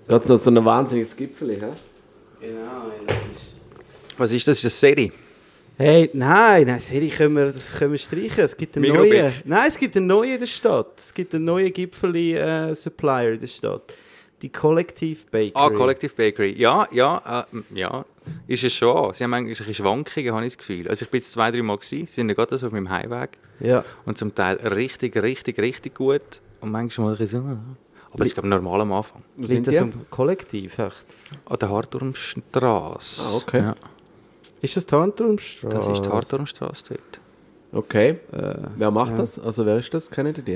Da hat es noch so ein wahnsinniges Gipfel, hä? Genau, Was ist das? Ist das Serie? Hey, nein, Serie können wir streichen. Es gibt einen neuen. Nein, es gibt einen neuen in der Stadt. Es gibt einen neuen Gipfeli-Supplier in der Stadt. Die Collective Bakery. Ah, Collective Bakery. Ja. Ist es schon. Sie haben eigentlich ein bisschen Schwankungen, habe ich das Gefühl. Also ich bin jetzt 2-3 Mal gewesen. Sie sind ja gerade so auf meinem Heimweg. Ja. Und zum Teil richtig gut. Und manchmal mal ein bisschen so. Aber es ist, glaube ich, normal am Anfang. Wo sind das am Kollektiv, echt? An der Hardturmstrasse. Ah, okay. Ja. Ist das die Hardturmstrasse? Das ist die Hardturmstrasse dort. Okay. Wer macht das? Also wer ist das? Kennen die?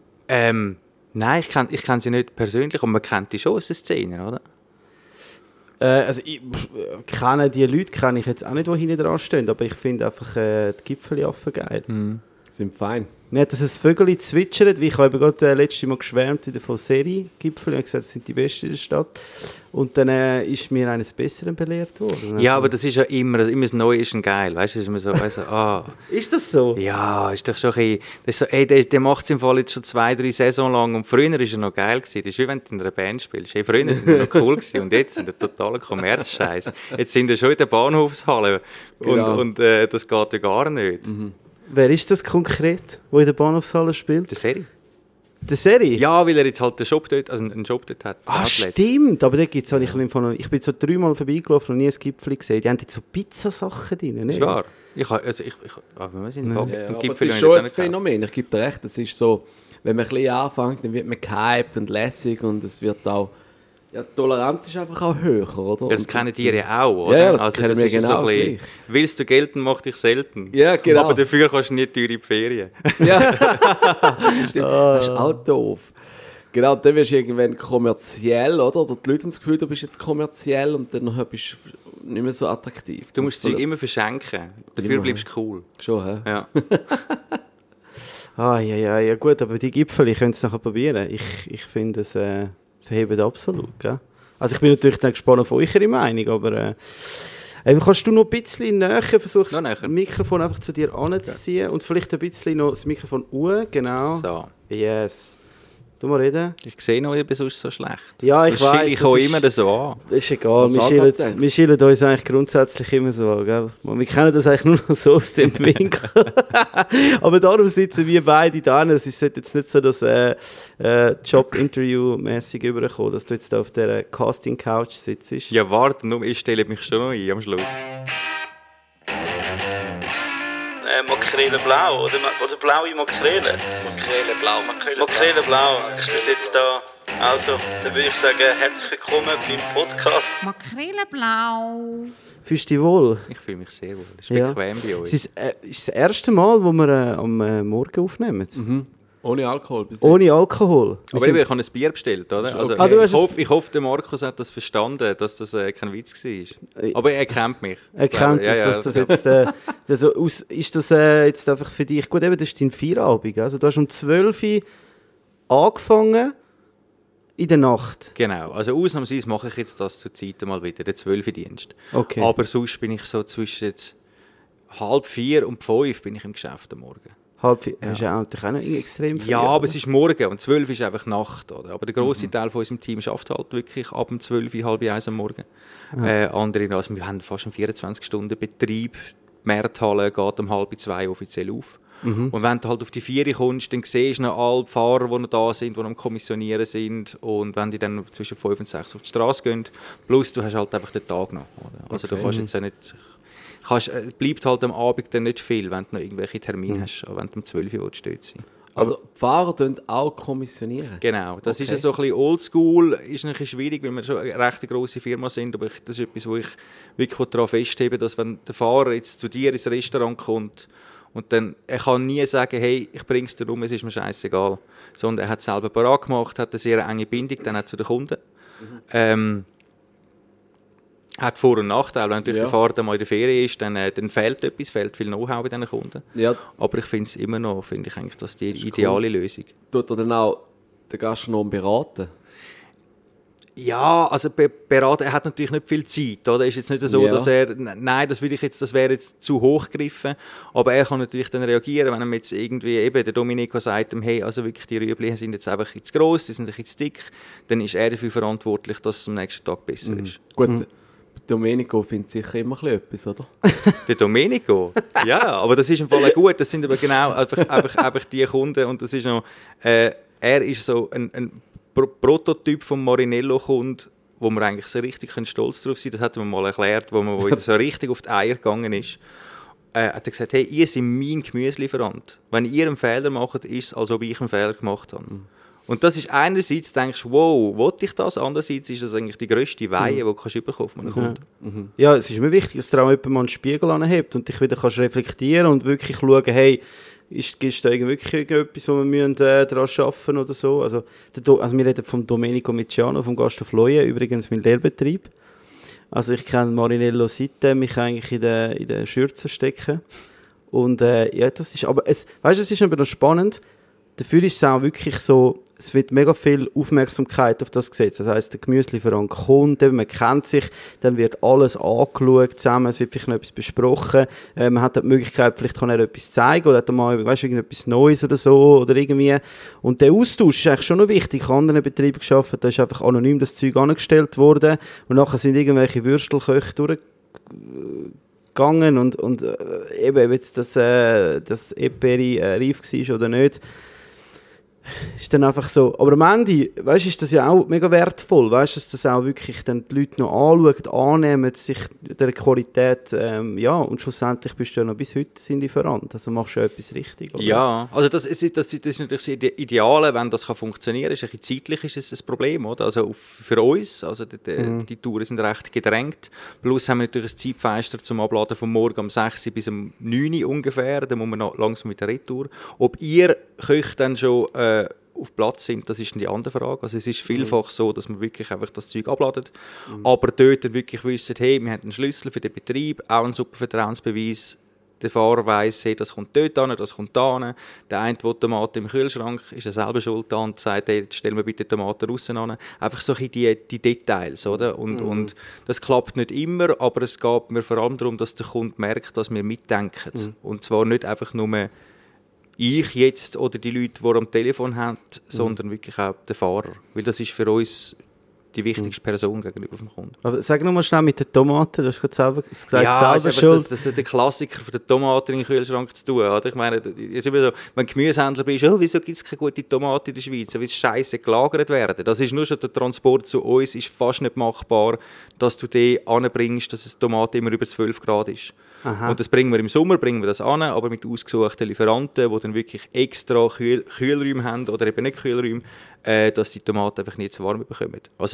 Nein, ich kenn sie nicht persönlich, aber man kennt die schon aus der Szene, oder? Also ich kenne die Leute kenne ich jetzt auch nicht, die hinten dran stehen, aber ich finde einfach die Gipfeli-Affen geil. Sind fein. Nicht, dass ein Vögel zwitschert, wie ich habe gerade letztes Mal geschwärmt von Serie-Gipfel und gesagt, das sind die besten in der Stadt. Und dann ist mir eines Besseren belehrt worden. Ja, aber das ist ja immer das Neue ist ein geil, weißt du, ist immer so, Ist das so? Ja, ist doch schon ein bisschen, das ist so, der macht es im Fall jetzt schon 2-3 Saison lang und früher war er noch geil gewesen. Das ist wie wenn du in einer Band spielst. Hey, früher sind wir noch cool gewesen und jetzt sind wir totaler Kommerzscheiß. Jetzt sind wir schon in der Bahnhofshalle und das geht ja gar nicht. Wer ist das konkret, der in der Bahnhofshalle spielt? Die Serie? Die Serie? Ja, weil er jetzt halt einen Shop dort hat. Ah, stimmt. Aber da gibt's halt, ich bin so 3-mal vorbeigelaufen und nie ein Gipfel gesehen. Die haben jetzt so Pizzasachen drin, ne? Ist wahr. Wir sind Aber es ist schon ein Phänomen. Ich gebe dir recht. Es ist so, wenn man ein bisschen anfängt, dann wird man gehypt und lässig und es wird auch... Ja, die Toleranz ist einfach auch höher, oder? Das kennen die ja auch, oder? Ja, das kennen wir ist genau so ein bisschen, willst du gelten, mach dich selten. Ja, genau. Aber dafür kannst du nicht teuer in die Ferien. Ja, stimmt. Das ist auch doof. Genau, dann wirst du irgendwann kommerziell, oder? Oder die Leute haben das Gefühl, du bist jetzt kommerziell und dann bist du nicht mehr so attraktiv. Du musst Zeug immer verschenken. Dafür bleibst du cool. Schon, hä? Ja. Ja, gut, aber die Gipfel, ich könnte es nachher probieren. Ich finde es verhebt absolut, gell? Also ich bin natürlich dann gespannt auf eure Meinung, aber kannst du noch ein bisschen näher versuchen, das Mikrofon einfach zu dir anzuziehen und vielleicht ein bisschen noch das Mikrofon genau. So. Yes. Du mal reden. Ich sehe noch eben sonst so schlecht. Ja, ich weiß. Ich komme immer so an. Das ist egal. Wir schielen uns eigentlich grundsätzlich immer so an. Gell? Wir kennen das eigentlich nur noch so aus dem Winkel. Aber darum sitzen wir beide da. Es ist jetzt nicht so, dass Job-Interview-mässig überkommt, dass du jetzt auf dieser Casting-Couch sitzt. Ja, warte, ich stelle mich schon noch ein am Schluss. Makrele blau oder blaue Makrele? Makrele blau. Ist das jetzt da? Also, dann würde ich sagen, herzlich willkommen beim Podcast Makrele blau. Fühlst du dich wohl? Ich fühle mich sehr wohl. Es ist bequem bei uns. Es ist das erste Mal, wo wir am Morgen aufnehmen. Mhm. Ohne Alkohol. Ohne Alkohol. Aber ich habe ein Bier bestellt, oder? Also, okay. ich hoffe, der Markus hat das verstanden, dass das kein Witz war. Aber er kennt mich. Er kennt dass das jetzt... ist das jetzt einfach für dich... Gut, eben, das ist dein Feierabend. Also du hast um 12 Uhr angefangen in der Nacht. Genau. Also ausnahmsweise mache ich jetzt das zur Zeit mal wieder, den 12-Uhr-Dienst. Okay. Aber sonst bin ich so zwischen 3:30 und 5 bin ich im Geschäft am Morgen. 3:30. Das ist ja natürlich auch noch extrem viel. Ja, aber es ist morgen und 12 ist einfach Nacht. Oder? Aber der grosse Teil von unserem Team schafft halt wirklich ab 12, 12:30 am Morgen. Andere, also wir haben fast einen 24-Stunden-Betrieb. Die Märthalle geht um 1:30 offiziell auf. Und wenn du halt auf die 4 kommst, dann siehst du noch alle Fahrer, die noch da sind, die noch am Kommissionieren sind. Und wenn die dann zwischen 5 und 6 auf die Straße gehen, plus du hast halt einfach den Tag noch. Oder? Also du kannst jetzt ja nicht... bleibt halt am Abend dann nicht viel, wenn du noch irgendwelche Termine hast, wenn du um 12 Uhr dort sein. Also die Fahrer tun auch kommissionieren? Genau, das ist ja so ein bisschen oldschool, ist ein bisschen schwierig, weil wir schon eine recht grosse Firma sind, aber das ist etwas, wo ich wirklich daran festhebe, dass wenn der Fahrer jetzt zu dir ins Restaurant kommt und dann, er kann nie sagen, hey, ich bring's dir rum, es ist mir scheißegal, sondern er hat es selber parat gemacht, hat eine sehr enge Bindung dann auch zu den Kunden. Hat Vor- und Nachteile. Wenn der Fahrer dann mal in der Ferien ist, dann fehlt etwas, fehlt viel Know-how bei diesen Kunden. Ja. Aber ich finde es immer noch, eigentlich das die ideale Lösung. Tut er dann auch den Gastronom beraten? Ja, also beraten, er hat natürlich nicht viel Zeit, oder? Es ist jetzt nicht so, dass nein, das wäre jetzt zu hoch gegriffen, aber er kann natürlich dann reagieren, wenn er jetzt irgendwie, eben der Domenico sagt ihm, hey, also wirklich die Rüebli sind jetzt einfach zu gross, die sind ein bisschen zu dick, dann ist er dafür verantwortlich, dass es am nächsten Tag besser ist. Gut, Domenico findet sicher immer etwas, oder? Der Domenico? Ja, aber das ist im Fall auch gut, das sind aber genau einfach die Kunden und das ist noch, er ist so ein Prototyp vom Marinello-Kunde, wo wir eigentlich so richtig stolz drauf sein können. Das hat er mir mal erklärt, wo er so richtig auf die Eier gegangen ist. Hat er gesagt, hey, ihr seid mein Gemüselieferant. Wenn ihr einen Fehler macht, ist es, als ob ich einen Fehler gemacht habe. Und das ist einerseits, denkst du, wow, wollte ich das? Andererseits ist das eigentlich die grösste Weihe, die du bekommen von einem Kunden. Ja, es ist mir wichtig, dass du auch jemand mal einen Spiegel anhebt und dich wieder kannst reflektieren und wirklich schauen, hey, gibt es da wirklich irgendetwas, wo wir daran arbeiten oder so? Also wir reden vom Domenico Micciano, vom Gast auf Leue, übrigens mein Lehrbetrieb. Also ich kenne Marinello seitdem ich eigentlich in den Schürzen stecke. Und ja, das ist, aber es ist aber noch spannend. Dafür ist es auch wirklich so, es wird mega viel Aufmerksamkeit auf das gesetzt. Das heisst, der Gemüselieferant kommt, man kennt sich, dann wird alles angeschaut zusammen, es wird vielleicht noch etwas besprochen, man hat die Möglichkeit, vielleicht kann er etwas zeigen oder hat er mal, irgendetwas Neues oder so oder irgendwie. Und der Austausch ist eigentlich schon noch wichtig. Ich habe anderen Betrieben gearbeitet, da ist einfach anonym das Zeug angestellt worden und nachher sind irgendwelche Würstelköche durchgegangen und eben, ob jetzt das Eperi reif war oder nicht, ist dann einfach so. Aber am Ende, weißt, ist das ja auch mega wertvoll, weißt, dass das auch wirklich dann die Leute noch anschauen, annehmen, sich der Qualität, ja, und schlussendlich bist du ja noch bis heute sein Lieferant, also machst du ja etwas richtig. Oder? Ja, also das ist natürlich das Ideale, wenn das funktionieren kann, ist ein bisschen zeitlich ist es ein Problem, oder? Also für uns, also die Touren sind recht gedrängt, plus haben wir natürlich ein Zeitfenster zum Abladen vom Morgen um 6 Uhr bis um 9 Uhr ungefähr, dann muss man noch langsam mit der Retour. Ob ihr Köche dann schon auf Platz sind, das ist die andere Frage. Also es ist vielfach so, dass man wirklich einfach das Zeug abladet, aber dort dann wirklich wissen, hey, wir haben einen Schlüssel für den Betrieb, auch einen super Vertrauensbeweis. Der Fahrer weiss, hey, das kommt dort an, das kommt da an. Der eine will Tomaten im Kühlschrank, ist er selber schuld an und sagt, hey, stell mir bitte Tomaten draussen an. Einfach so die Details, oder? Und das klappt nicht immer, aber es geht mir vor allem darum, dass der Kunde merkt, dass wir mitdenken. Und zwar nicht einfach nur ich jetzt oder die Leute, die am Telefon haben, sondern wirklich auch der Fahrer. Weil das ist für uns die wichtigste Person gegenüber dem Kunden. Aber sag noch mal schnell mit den Tomaten, du hast gerade selber gesagt, ja, selber schuld. Das ist der Klassiker von den Tomaten in den Kühlschrank zu tun. Oder? Ich meine, ist immer so, wenn du Gemüsehändler bist, wieso gibt es keine gute Tomate in der Schweiz? Weil es scheiße gelagert werden. Das ist nur schon der Transport zu uns ist fast nicht machbar, dass du den anbringst, dass eine Tomate immer über 12 Grad ist. Aha. Und das bringen wir im Sommer, an, aber mit ausgesuchten Lieferanten, die dann wirklich extra Kühlräume haben oder eben nicht Kühlräume, dass die Tomaten einfach nicht zu warm bekommen. Also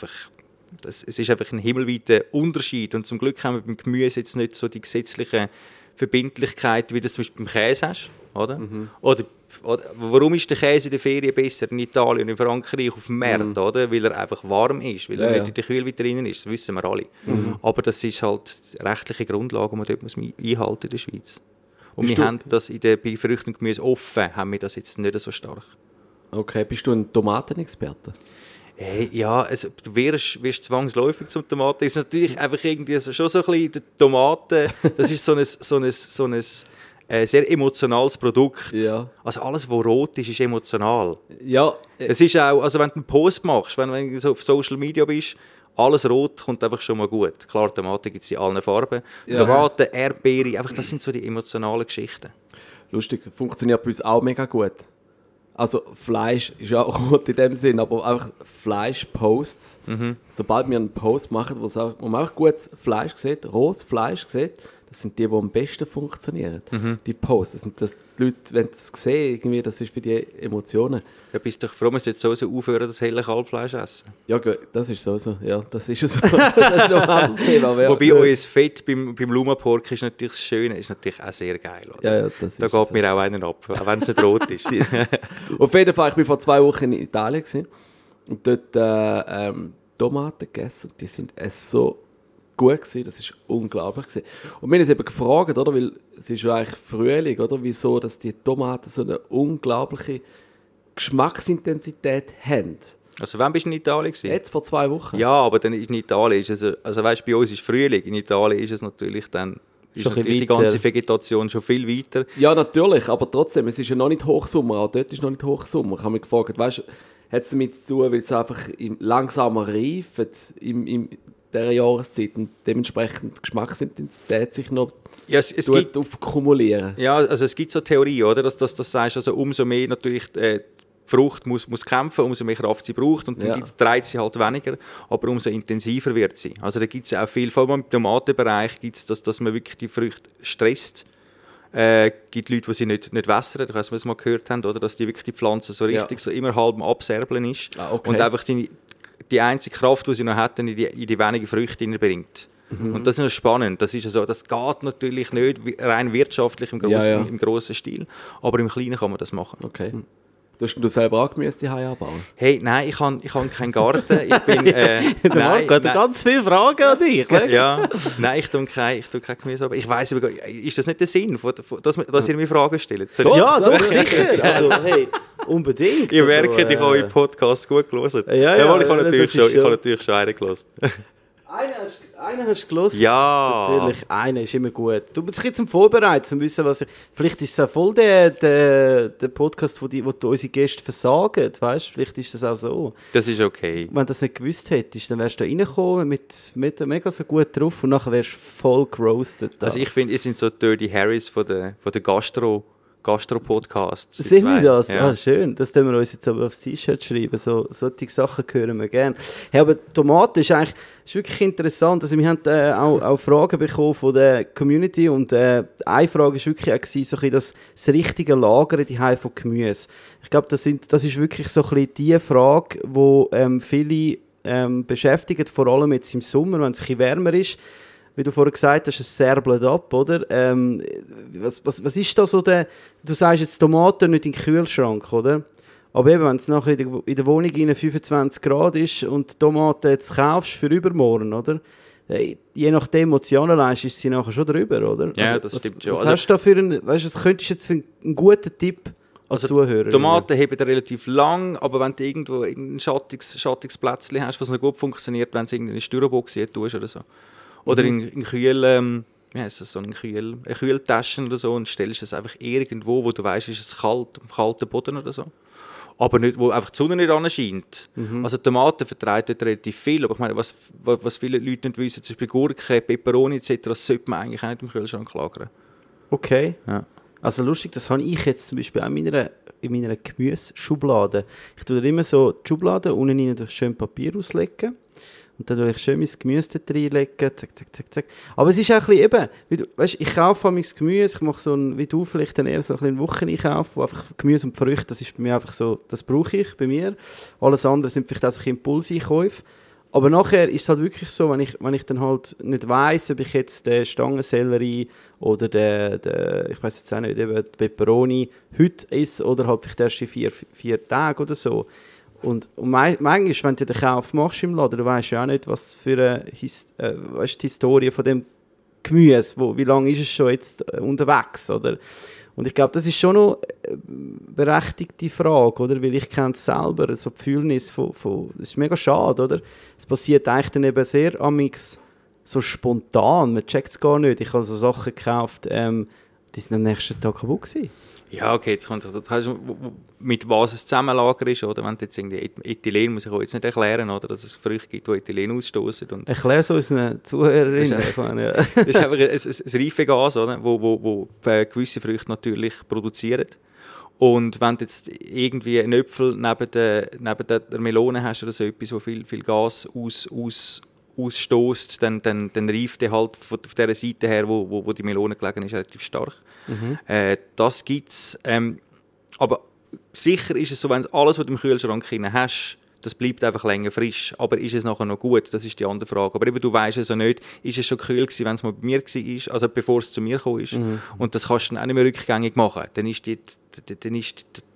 es ist einfach ein himmelweiter Unterschied und zum Glück haben wir beim Gemüse jetzt nicht so die gesetzlichen Verbindlichkeiten, wie du das zum Beispiel beim Käse hast. Oder? Oder warum ist der Käse in der Ferien besser in Italien und in Frankreich auf dem Markt? Oder? Weil er einfach warm ist, weil er nicht in der Kühle drinnen ist, das wissen wir alle. Aber das ist halt rechtliche Grundlage, die man dort einhalten muss in der Schweiz. Und wir haben das bei Früchten und Gemüse offen, haben wir das jetzt nicht so stark. Okay, bist du ein Tomatenexperte? Hey, ja, also, du wirst zwangsläufig zum Tomaten. Es ist natürlich einfach irgendwie schon so ein bisschen die Tomaten, das ist so ein sehr emotionales Produkt. Ja. Also alles, was rot ist, ist emotional. Ja. Es ist auch, also wenn du einen Post machst, wenn du so auf Social Media bist, alles rot kommt einfach schon mal gut. Klar, Tomaten gibt es in allen Farben. Ja. Tomaten, Erdbeere, einfach das sind so die emotionalen Geschichten. Lustig, funktioniert bei uns auch mega gut. Also Fleisch ist ja auch rot in dem Sinn, aber einfach Fleischposts. Sobald wir einen Post machen, wo man auch gutes Fleisch sieht, rohes Fleisch sieht, das sind die am besten funktionieren. Die Posts, das sind die Leute, wenn das sehen, irgendwie, das ist für die Emotionen. Ja, bist du froh, dass jetzt so aufhören, das helle Kalbfleisch essen? Ja, das ist so. Ja, das ist so. Das ist noch ein anderes Thema. Wobei euer Fett beim Luma Pork ist natürlich das Schöne, ist natürlich auch sehr geil. Oder? Ja, das da ist geht so. Mir auch einen ab, auch wenn es nicht rot ist. Auf jeden Fall, ich war vor 2 Wochen in Italien gewesen, und dort Tomaten gegessen und die sind so gut gewesen, das war unglaublich gewesen. Und wir haben uns eben gefragt, oder, weil es ist ja eigentlich Frühling, oder, wieso dass die Tomaten so eine unglaubliche Geschmacksintensität haben. Also wann bist du in Italien gewesen? Jetzt, vor 2 Wochen. Ja, aber dann in Italien ist es, also weißt, bei uns ist Frühling, in Italien ist es natürlich dann, ist natürlich die ganze Vegetation schon viel weiter. Ja, natürlich, aber trotzdem, es ist ja noch nicht Hochsommer, auch dort ist noch nicht Hochsommer. Ich habe mich gefragt, weißt du, hat es damit zu tun, weil es einfach langsamer reift in dieser Jahreszeit und dementsprechend die Geschmacksintensität sich noch gibt aufkumulieren. Ja, also es gibt so Theorie, oder, dass du sagst, also umso mehr natürlich die Frucht muss kämpfen, umso mehr Kraft sie braucht und dann dreht sie halt weniger, aber umso intensiver wird sie. Also da gibt es auch viel, vor allem im Tomatenbereich gibt es, dass man wirklich die Früchte stresst. Gibt Leute, die sie nicht wässern, ich weiss nicht, ob Sie es mal gehört haben, oder, dass die wirklich die Pflanze so richtig so immer halb abserbeln ist und einfach die einzige Kraft, die sie noch hätten, in die wenigen Früchte hineinbringt. Und das ist noch spannend. Das ist also, das geht natürlich nicht rein wirtschaftlich im grossen Stil, aber im Kleinen kann man das machen. Okay. Du selber auch Gemüse zu Hause anbauen? Hey, nein, ich habe keinen Garten. Ich bin, nein, ganz viele Fragen an dich. Ja, nein, ich tue kein Gemüse anbauen. Ich weiss, ist das nicht der Sinn, dass ihr mir Fragen stellt? Doch, sicher. Also, hey, unbedingt. Ihr merkt, ich habe euren Podcast gut gelesen. Ja, ich habe natürlich schon einen gelesen. Einen hast du gelesen? Ja. Natürlich, einer ist immer gut. Du musst dich jetzt zum Vorbereiten, um zu wissen, was... Vielleicht ist es auch voll der Podcast, wo unsere Gäste versagen, weißt? Vielleicht ist das auch so. Das ist okay. Wenn du das nicht gewusst hättest, dann wärst du da reingekommen mit mega so gut drauf und nachher wärst du voll geroastet. Also ich finde, ihr sind so Dirty Harrys von der Gastro-Podcasts. Sehen wir das? Ja. Ah, schön. Das können wir uns jetzt aber aufs T-Shirt schreiben. Solche Sachen hören wir gerne. Hey, aber Tomaten ist wirklich interessant. Also wir haben auch Fragen bekommen von der Community und eine Frage war wirklich auch so ein bisschen das richtige Lagern von Gemüse. Ich glaube, das ist wirklich so ein bisschen die Frage, die viele beschäftigt, vor allem jetzt im Sommer, wenn es ein bisschen wärmer ist. Wie du vorhin gesagt hast, es serbelt ab, oder? Was ist da so du sagst jetzt Tomaten nicht in den Kühlschrank, oder? Aber eben, wenn es nachher in der Wohnung 25 Grad ist und die Tomaten jetzt kaufst für übermorgen, oder? Je nachdem, was du anlegst, ist sie nachher schon drüber, oder? Ja, also, das stimmt schon. Was hast du da für was könntest du jetzt für einen guten Tipp als Zuhörer? Tomaten heben relativ lang, aber wenn du irgendwo ein schattiges Plätzchen hast, was noch gut funktioniert, wenn du irgendeine Styrobox tust oder so. Oder in Kühl, so eine Kühltaschen oder so und stellst es einfach irgendwo, wo du weißt, ist es kalt, am kalten Boden oder so. Aber nicht, wo einfach die Sonne nicht anscheint. Also Tomaten vertreiben dort relativ viel, aber ich meine, was viele Leute nicht wissen, zum Beispiel Gurken, Peperoni etc., das sollte man eigentlich auch nicht im Kühlschrank lagern. Okay. Ja. Also lustig, das habe ich jetzt zum Beispiel auch in meiner Gemüseschublade. Ich tue da immer so die Schublade unten rein durch schön Papier auslegen. Und dann tue ich schön mein Gemüse da reinlegen, zack, zack, zack, zack. Aber es ist auch ein bisschen eben, wie du, weißt, ich kaufe mein Gemüse, ich mache so wie du vielleicht dann eher so einen Wocheneinkauf, wo einfach Gemüse und Früchte, das ist bei mir einfach so, das brauche ich bei mir. Alles andere sind vielleicht auch so Impulseinkäufe. Aber nachher ist es halt wirklich so, wenn ich dann halt nicht weiss, ob ich jetzt den Stangensellerie oder den ich weiss jetzt auch nicht, eben die Peperoni heute esse oder halt vielleicht erst in 4 Tagen oder so. Und manchmal, wenn du den Kauf machst im Laden, du weißt ja auch nicht, was für die Historie von dem Gemüse, wie lange ist es schon jetzt unterwegs, oder? Und ich glaube, das ist schon noch eine berechtigte Frage, oder? Weil ich kenne es selber, so die Gefühlnis das ist mega schade, oder? Es passiert eigentlich dann eben sehr amix so spontan, man checkt es gar nicht. Ich habe so Sachen gekauft, die sind am nächsten Tag kaputt gewesen. Ja, okay, das heißt, mit was es Zusammenlager ist, oder? Wenn jetzt irgendwie Ethylen, muss ich auch jetzt nicht erklären, oder? Dass es Früchte gibt, die Ethylen ausstoßen. Erklär es unseren Zuhörerinnen. Das ist einfach ein Reifegas, oder? Wo gewisse Früchte natürlich produzieren. Und wenn du jetzt irgendwie einen Äpfel neben der Melone hast oder so etwas, wo viel Gas ausstößt, dann reift der halt von der Seite her, wo die Melone gelegen ist, relativ stark. Das gibt es. Aber sicher ist es so, wenn du alles, was du im Kühlschrank drin hast, das bleibt einfach länger frisch. Aber ist es nachher noch gut? Das ist die andere Frage. Aber eben, du weißt es ja nicht, ist es schon kühl gewesen, wenn es mal bei mir war, also bevor es zu mir gekommen ist. Und das kannst du dann auch nicht mehr rückgängig machen. Dann ist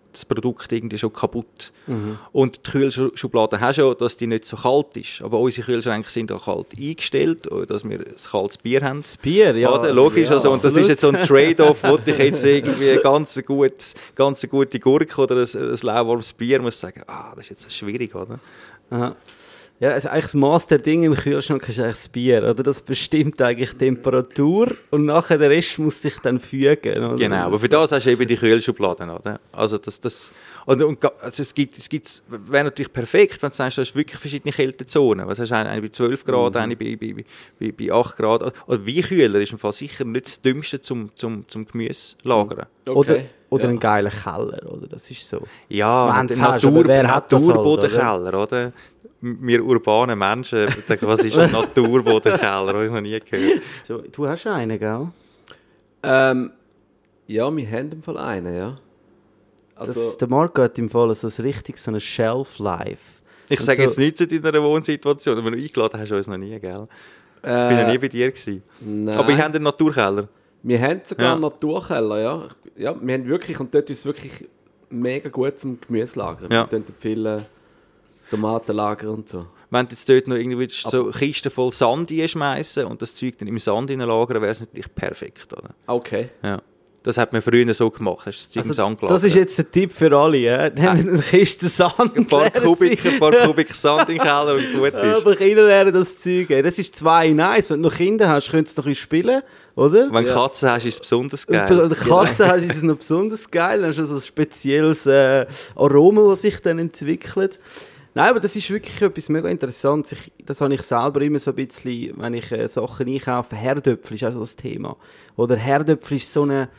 das Produkt irgendwie schon kaputt. Und die Kühlschublade hast ja, dass die nicht so kalt ist. Aber unsere Kühlschränke sind auch kalt eingestellt, dass wir ein kaltes Bier haben. Das Bier, ja. Oder? Logisch, ja, also, und das ist jetzt so ein Trade-off, wo ich jetzt irgendwie eine ganz gute Gurke oder ein lauwarmes Bier muss sagen, das ist jetzt schwierig, oder? Aha. Ja, also eigentlich das Maß der Dinge im Kühlschrank ist eigentlich das Bier, oder? Das bestimmt eigentlich die Temperatur und nachher der Rest muss sich dann fügen. Oder? Genau, aber für das hast du eben die Kühlschubladen, oder? Also also es wäre natürlich perfekt, wenn du sagst, du hast wirklich verschiedene Kältezonen. Was hast du eine bei 12 Grad, eine bei 8 Grad. Oder Weinkühler ist im Fall sicher nicht das Dümmste zum Gemüse lagern. Okay. Oder einen geilen Keller, oder? Das ist so. Ja, der Naturbodenkeller, oder? Wir urbanen Menschen, was ist ein Naturbodenkeller? Habe ich noch nie gehört. So, du hast einen, gell? Ja, wir haben im Fall einen, ja. Also, Der Marco hat im Fall so ein Shelf-Life. Ich sage jetzt nichts zu deiner Wohnsituation, aber du eingeladen hast du uns noch nie, gell? Ich bin noch nie bei dir gewesen. Nein. Aber ich habe einen Naturkeller. Wir haben sogar einen Naturkeller, ja. Ja, wir haben wirklich, und dort ist es wirklich mega gut zum Gemüse lagern. Ja. Wir tun viele Tomatenlager und so. Wenn du jetzt dort noch irgendwie so Kisten voll Sand einschmeißen und das Zeug dann im Sand lagern, wäre es natürlich perfekt, oder? Okay. Ja. Das hat man früher so gemacht. Hast das Zeug im Sand gelagert. Das ist jetzt ein Tipp für alle. Ja? Nehmt eine Kiste Sand. ein paar Kubik Sand im Keller und gut ist. Aber Kinder lernen das Zeug. Das ist 2 in 1. Wenn du noch Kinder hast, könntest du noch ein bisschen spielen, oder? Wenn du Katzen hast, ist es besonders geil. Wenn du Katzen hast, ist es noch besonders geil. Dann hast du so ein spezielles Aroma, das sich dann entwickelt. Nein, aber das ist wirklich etwas mega Interessantes. Das habe ich selber immer so ein bisschen, wenn ich Sachen einkaufe. Herdöpfel ist also das Thema. Oder Herdöpfel ist so eine...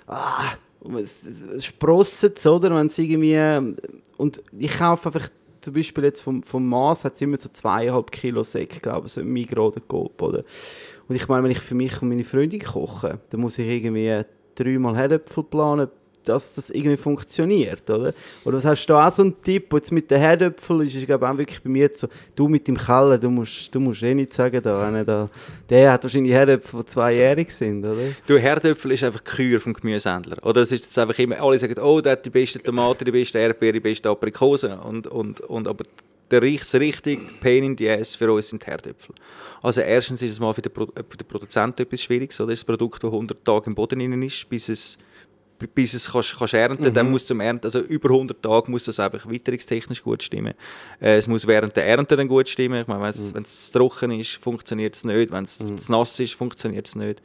es sprosset es, oder? Wenn es irgendwie... Und ich kaufe einfach, zum Beispiel jetzt vom Maß, hat es immer so 2,5 Kilo Säcke, glaube ich, so im Migros oder Coop, oder? Und ich meine, wenn ich für mich und meine Freundin koche, dann muss ich irgendwie 3-mal Herdöpfel planen, dass das irgendwie funktioniert, oder? Oder was hast du da auch so einen Tipp, jetzt mit den Herdöpfeln ist es, glaube ich, auch wirklich bei mir so, du mit dem Keller, du musst eh nicht sagen, der hat wahrscheinlich Herdöpfel, die 2-jährig sind, oder? Du, Herdöpfel ist einfach die Kür vom Gemüsehändler. Oder es ist jetzt einfach immer, alle sagen, oh, der hat die besten Tomaten, die besten Erdbeeren, die besten Aprikosen. Aber das richtige Pain in the Ass für uns sind die Herdöpfel. Also erstens ist es mal für den Produzenten etwas Schwieriges, oder? Das ist ein Produkt, das 100 Tage im Boden drin ist, bis es kannst ernten, dann muss zum Ernten, also über 100 Tage muss das einfach witterungstechnisch gut stimmen. Es muss während der Ernte dann gut stimmen. Ich meine, wenn es trocken ist, funktioniert es nicht. Wenn es nass ist, funktioniert es nicht.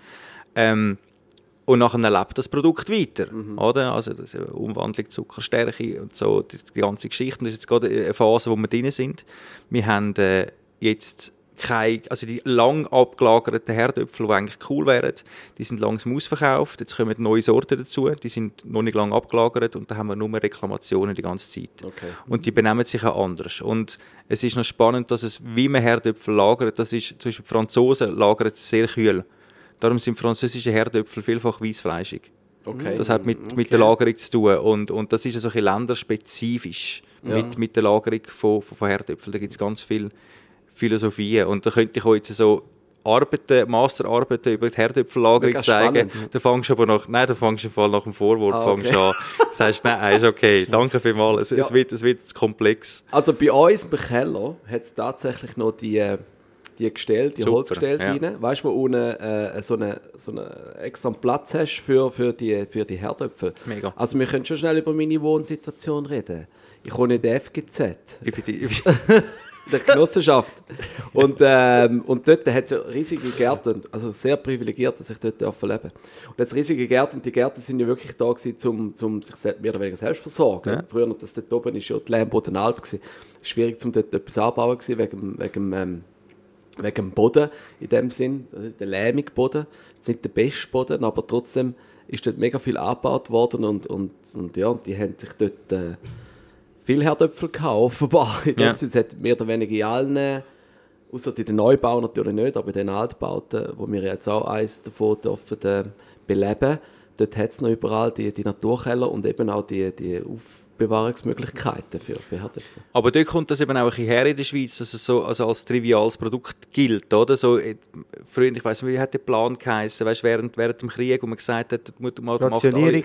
Und nachher lebt das Produkt weiter. Oder? Also das ist Umwandlung, Zucker, Stärke und so, die ganze Geschichte. Das ist jetzt gerade eine Phase, wo wir drin sind. Wir haben jetzt also die lang abgelagerten Herdöpfel, die eigentlich cool wären, die sind langsam ausverkauft. Jetzt kommen neue Sorten dazu, die sind noch nicht lange abgelagert und da haben wir nur Reklamationen die ganze Zeit. Okay. Und die benehmen sich auch anders. Und es ist noch spannend, dass es, wie man Herdöpfel lagert, das ist, zum Beispiel die Franzosen lagern sehr kühl. Darum sind französische Herdöpfel vielfach weissfleischig. Okay. Das hat mit der Lagerung zu tun und das ist so ein bisschen länderspezifisch mit der Lagerung von Herdöpfeln. Da gibt es ganz viel Philosophien. Und da könnte ich euch jetzt so Masterarbeiten über die Herdöpfellagerung zeigen. Da fängst du aber nach dem Vorwurf an. Sagst, nein, ist okay, danke vielmals, es wird zu komplex. Also bei uns im Keller hat es tatsächlich noch die Gestelle, die Holzgestelle drin, weißt du, wo unten so einen extra Platz hast für die Herdöpfel. Mega. Also wir können schon schnell über meine Wohnsituation reden. Ich wohne in der FGZ. Der Genossenschaft. Und dort hat es ja riesige Gärten, also sehr privilegiert, dass ich dort leben darf. Und jetzt riesige Gärten, die Gärten sind ja wirklich da gewesen, um sich mehr oder weniger selbst zu versorgen. Ja. Früher, das dort oben ist ja die Lehmbodenalp gewesen. Schwierig, um dort etwas anzubauen gewesen, wegen dem Boden in dem Sinn, der lehmige Boden. Jetzt nicht der beste Boden, aber trotzdem ist dort mega viel angebaut worden und die haben sich dort viel Herdöpfel gehabt, offenbar. Es hat mehr oder weniger in allen, außer in den Neubauten natürlich nicht, aber in den Altbauten, wo wir jetzt auch eins davon dürfen beleben, dort hat es noch überall die Naturkeller und eben auch die Aufbewahrungsmöglichkeiten für Herdöpfel. Aber dort kommt das eben auch ein bisschen her in der Schweiz, dass es so also als triviales Produkt gilt, oder? So, früher, ich weiss nicht, wie hat der Plan geheißen, weißt, während dem Krieg, wo man gesagt hat, Rationierungs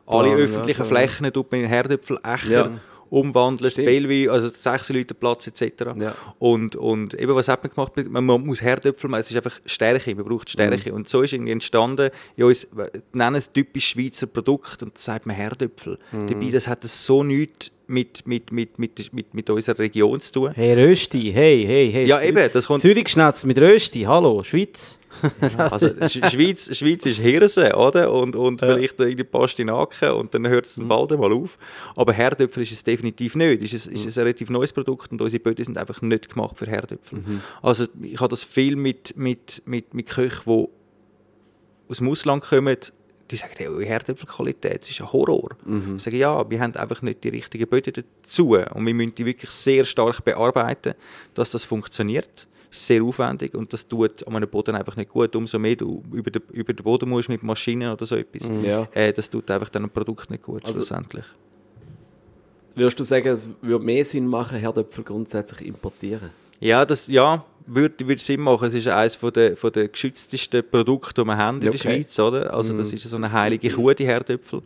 Alle öffentlichen Flächen tut man in Herdöpfel-Ächer umwandeln, das Bellevue, also 6 Leute Platz etc. Ja. Und eben, was hat man gemacht? Man muss Herdöpfel machen, es ist einfach Stärke, man braucht Stärke. Und so ist irgendwie entstanden, ja, uns nennen es typisch Schweizer Produkt und das sagt man Herdöpfel. Dabei, das hat so nichts mit unserer Region zu tun. Hey, Rösti, hey. Ja, eben, das kommt... Zürich geschnetzt mit Rösti, hallo, Schweiz. Also Schweiz ist Hirse, oder? Und vielleicht in die Pastinaken und dann hört es bald einmal auf. Aber Herdöpfel ist es definitiv nicht. Es ist ein relativ neues Produkt und unsere Böden sind einfach nicht gemacht für Herdöpfel. Also ich habe das viel mit Köchen, die aus dem Ausland kommen, die sagen, ja, Herdöpfelqualität, das ist ein Horror. Ich sage, ja, wir haben einfach nicht die richtigen Böden dazu und wir müssen die wirklich sehr stark bearbeiten, dass das funktioniert. Das ist sehr aufwendig und das tut an einem Boden einfach nicht gut. Umso mehr du über den Boden musst mit Maschinen oder so etwas, das tut einfach dann ein Produkt nicht gut, schlussendlich. Würdest du sagen, es würde mehr Sinn machen, Herdöpfel grundsätzlich importieren? Ja, würde Sinn machen. Es ist eines der geschütztesten Produkte, die wir haben in der Schweiz. Oder? Also das ist so eine heilige Kuh, die Herdöpfel.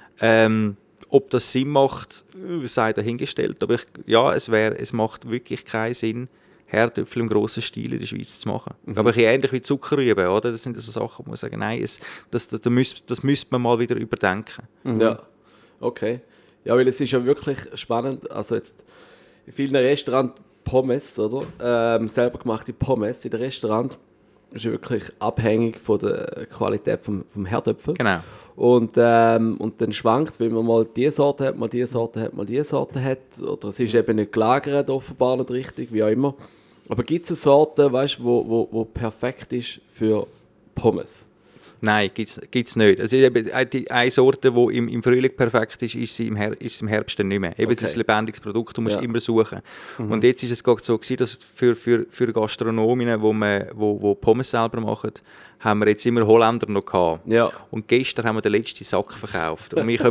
Ob das Sinn macht, sei dahingestellt. Aber es macht wirklich keinen Sinn, Herdöpfel im grossen Stil in der Schweiz zu machen. Aber ähnlich wie Zuckerrüben, oder? Das sind so Sachen, wo man sagen, nein, das müsste man mal wieder überdenken. Ja, okay. Ja, weil es ist ja wirklich spannend, also jetzt in vielen Restaurants Pommes, oder? Selber gemachte Pommes in den Restaurants ist ja wirklich abhängig von der Qualität vom Herdöpfel. Genau. Und dann schwankt es, wenn man mal diese Sorte hat, mal diese Sorte hat, mal diese Sorte hat. Oder es ist eben nicht gelagert, offenbar nicht richtig, wie auch immer. Aber gibt es eine Sorte, weißt, wo perfekt ist für Pommes? Nein, gibt's nicht. Also eine Sorte, die im Frühling perfekt ist, ist sie im Herbst dann nicht mehr. Eben, es ist ein lebendiges Produkt, du musst immer suchen. Und jetzt ist es gerade so gewesen, dass für Gastronomen, die Pommes selber machen, haben wir jetzt immer Holländer noch gehabt. Ja. Und gestern haben wir den letzten Sack verkauft. Und wir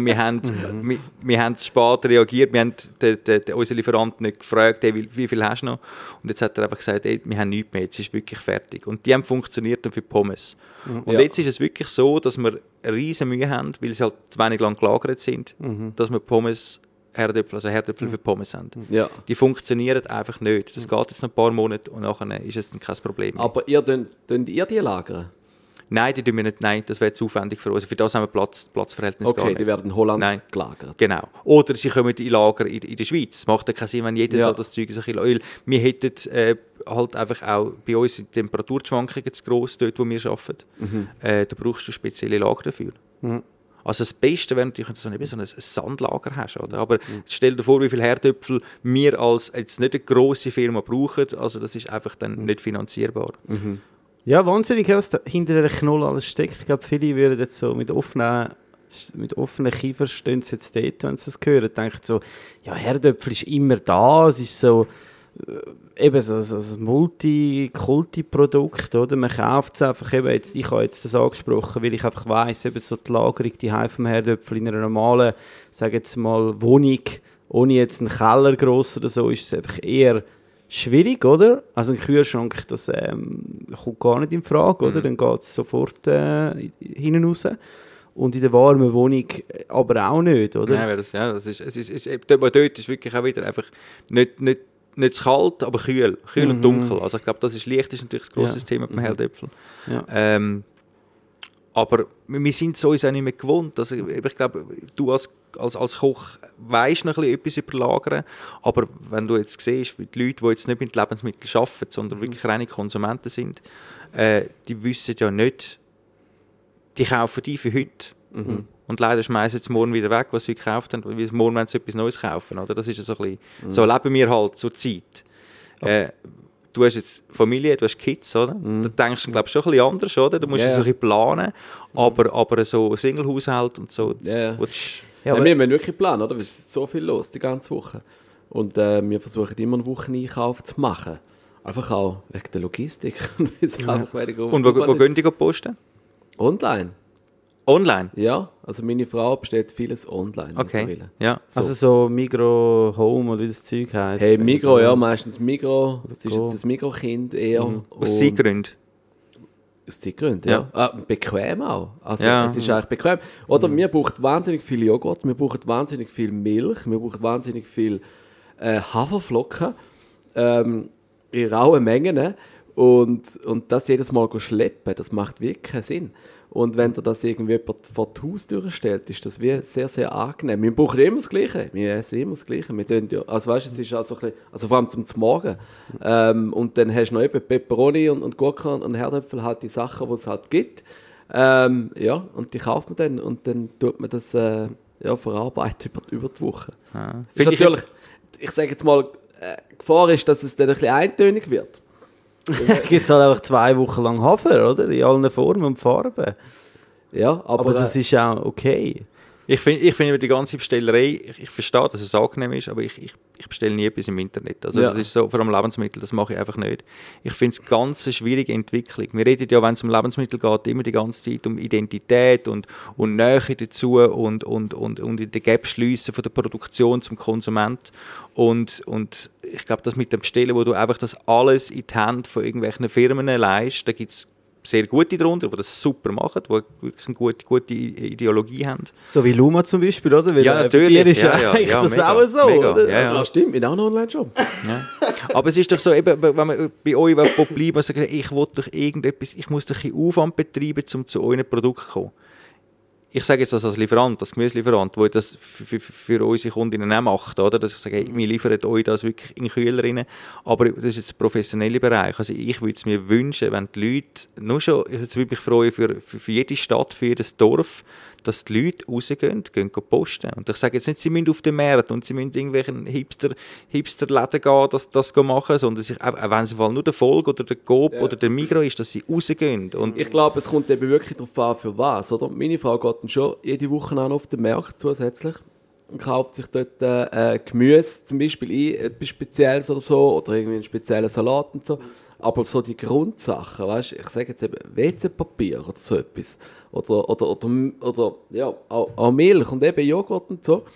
haben spät reagiert, wir haben unseren Lieferanten nicht gefragt, hey, wie viel hast du noch? Und jetzt hat er einfach gesagt, hey, wir haben nichts mehr, jetzt ist wirklich fertig. Und die haben funktioniert dann für Pommes. Und jetzt ist es wirklich so, dass wir eine riesen Mühe haben, weil sie halt zu wenig lang gelagert sind, dass wir Herdöpfel für Pommes haben. Ja. Die funktionieren einfach nicht. Das geht jetzt noch ein paar Monate und nachher ist es dann kein Problem mehr. Aber ihr die lagern? Nein, die tun wir nicht. Nein, das wäre zu aufwendig für uns. Für das haben wir Platzverhältnis gar nicht. Okay, die werden in Holland gelagert. Genau. Oder sie kommen in Lager in der Schweiz. Es macht ja keinen Sinn, wenn jeder so das Zeug so ein bisschen... Wir hätten halt einfach auch... Bei uns sind die Temperaturschwankungen zu gross, dort wo wir arbeiten. Da brauchst du spezielle Lager dafür. Also das Beste wäre natürlich, wenn du so ein Sandlager hast. Oder? Aber stell dir vor, wie viele Herdöpfel wir als jetzt nicht eine grosse Firma brauchen. Also das ist einfach dann nicht finanzierbar. Ja, wahnsinnig, was da hinter einer Knolle alles steckt. Ich glaube, viele würden jetzt so mit offenen Kiefern stehen sie jetzt dort, wenn sie das hören. Denken so, ja, Herdöpfel ist immer da. Es ist so eben so ein Multikulti-Produkt, oder? Man kauft es einfach eben, ich habe jetzt das angesprochen, weil ich einfach weiss, eben so die Lagerung, die vom Herdöpfel in einer normalen, sage jetzt mal, Wohnung, ohne jetzt einen Keller gross oder so, ist es einfach eher schwierig, oder? Also ein Kühlschrank, das kommt gar nicht in Frage, oder? Dann geht es sofort hinten raus. Und in der warmen Wohnung aber auch nicht, oder? Nein, dort ist wirklich auch wieder einfach nicht zu kalt, aber kühl und dunkel. Also ich glaube, Licht ist natürlich ein grosses Thema beim Herdöpfel. Ja. Aber wir sind es uns auch nicht mehr gewohnt. Also ich glaube, du als Koch weisst noch etwas über Lagern, aber wenn du jetzt siehst, wie die Leute, die jetzt nicht mit Lebensmitteln arbeiten, sondern wirklich reine Konsumenten sind, die wissen ja nicht, die kaufen die für heute. Und leider schmeißen sie morgen wieder weg, was sie gekauft haben, weil morgen wollen sie etwas Neues kaufen. Oder? Das ist so ein bisschen, so leben wir halt zur Zeit. Du hast jetzt Familie, du hast Kids, oder? Da denkst du, glaube ich, schon ein bisschen anders, oder? Du musst so ein bisschen planen, aber so Single-Haushalt und so, wir müssen wirklich planen, oder? Es ist so viel los die ganze Woche. Und wir versuchen immer einen Wocheneinkauf zu machen. Einfach auch wegen der Logistik. Und wo gehen die posten? Online. Online? Ja, also meine Frau bestellt vieles online. Okay, ja. So. Also so Migros Home oder wie das Zeug heisst. Hey, Migros, ja, meistens Migros. Das ist jetzt ein Migros-Kind eher. Aus Gründen? Aus Zeitgründen, ja. Bequem auch. Also Ja. es ist eigentlich bequem. Oder wir brauchen wahnsinnig viel Joghurt, wir brauchen wahnsinnig viel Milch, wir brauchen wahnsinnig viel Haferflocken in rauen Mengen. Und das jedes Mal schleppen, das macht wirklich keinen Sinn. Und wenn dir das irgendwie jemand vor die Haustür stellt, ist das wie sehr, sehr angenehm. Wir brauchen immer das Gleiche. Wir essen immer das Gleiche. Wir tun ja, also weißt, es ist also ein bisschen, also vor allem zum Morgen. Und dann hast du noch eben Peperoni und Gurken und Herdöpfel, halt die Sachen, die es halt gibt. Ja, und die kauft man dann und dann tut man das verarbeiten über die Woche. Ja. Ist natürlich, ich sage jetzt mal, Gefahr ist, dass es dann ein bisschen eintönig wird. Gibt es halt einfach 2 Wochen lang Hafer, oder? In allen Formen und Farben. Ja, Aber das ist auch okay. Ich finde die ganze Bestellerei, ich verstehe, dass es angenehm ist, aber ich bestelle nie etwas im Internet. Also Ja. das ist so, vor allem Lebensmittel, das mache ich einfach nicht. Ich finde es ganz eine schwierige Entwicklung. Wir reden ja, wenn es um Lebensmittel geht, immer die ganze Zeit um Identität und Nähe dazu und in den Gap schliessen von der Produktion zum Konsument. Und ich glaube, das mit dem Bestellen, wo du einfach das alles in die Hände von irgendwelchen Firmen leist, da gibt es sehr gute darunter, die das super machen, die wirklich eine gute Ideologie haben. So wie Luma zum Beispiel, oder? Weil, Ja, natürlich. Bei dir ist Ja, eigentlich ja, das mega, auch so, mega. oder? Ja, ja. Ja, stimmt, mit auch einen Online-Shop. Ja. Aber es ist doch so, eben, wenn man bei euch bleiben und sagt, ich will doch irgendetwas, ich muss doch ein bisschen Aufwand betreiben, um zu euren Produkten zu kommen. Ich sage jetzt das als Lieferant, als Gemüselieferant, der das für unsere Kundinnen auch macht, oder? Dass ich sage, hey, wir liefern euch das wirklich in Kühler rein. Aber das ist jetzt der professionelle Bereich. Also ich würde es mir wünschen, wenn die Leute, nur schon, jetzt würde mich freuen für jede Stadt, für jedes Dorf, dass die Leute rausgehen, gehen posten. Und ich sage jetzt nicht, sie müssen auf den Markt und sie müssen irgendwelchen Hipster-Läden gehen, das machen, sondern sich, auch wenn es nur der Volk oder der Coop oder der Migros ist, dass sie rausgehen. Und Ich glaube, es kommt eben wirklich darauf an, für was, oder? Meine Frau geht dann schon jede Woche an auf den Markt zusätzlich und kauft sich dort Gemüse zum Beispiel ein, etwas Spezielles oder so, oder irgendwie einen speziellen Salat und so. Aber so die Grundsachen, weißt du, ich sage jetzt eben WC-Papier oder so etwas, oder ja, auch Milch und eben Joghurt und so,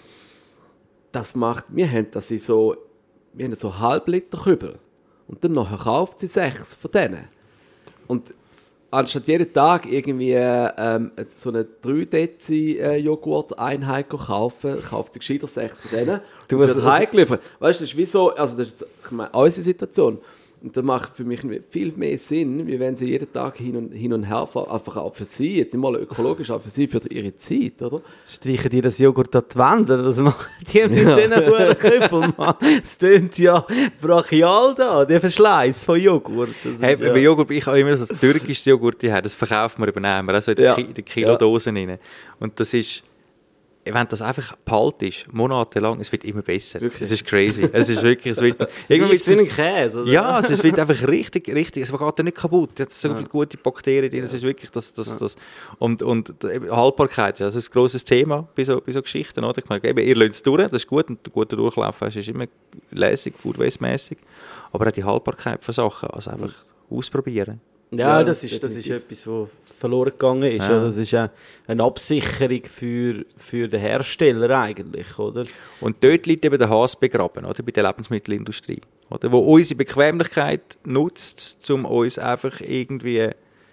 das macht, wir haben so Halb-Liter-Kübel und dann nachher kauft sie 6 von denen. Und anstatt jeden Tag irgendwie so eine 3 Dezi Joghurt-Einheit kaufen, kauft sie gescheiter 6 von denen. Du Das musst wird heimgeliefert. Weißt du, das ist wie so, also das ist, ich meine, unsere Situation. Und das macht für mich viel mehr Sinn, wie wenn sie jeden Tag hin und her fahren. Einfach auch für sie, jetzt nicht mal ökologisch, auch für sie, für ihre Zeit, oder? Streichen die das Joghurt an die Wand, oder was machen die mit diesen hohen Küppeln, Mann? Es tönt ja brachial da, der Verschleiß von Joghurt. Das ist hey, ja. bei Joghurt, ich habe immer so das türkische Joghurt, das verkaufen wir übernehmen, also in den Kilodosen rein. Und das ist, wenn das einfach behaltest, monatelang, es wird immer besser. Wirklich? Es ist crazy. Es ist wirklich, es wird Irgendwie wie ein Käse, oder? ja, es wird einfach richtig, es geht ja nicht kaputt. Es hat so viele gute Bakterien drin. Es ist wirklich das. Und Haltbarkeit, ja, das ist ein grosses Thema bei so Geschichten. Oder? Ich meine, eben, ihr lasst es durch, das ist gut. Und der gute Durchlauf ist immer lässig, Food Waste-mässig. Aber auch die Haltbarkeit von Sachen, also einfach ausprobieren. Ja, Ja, das ist etwas, was verloren gegangen ist. Ja. Oder? Das ist eine Absicherung für den Hersteller eigentlich, oder? Und dort liegt eben der Hase begraben, oder? Bei der Lebensmittelindustrie. Oder? Wo unsere Bequemlichkeit nutzt, um uns einfach irgendwie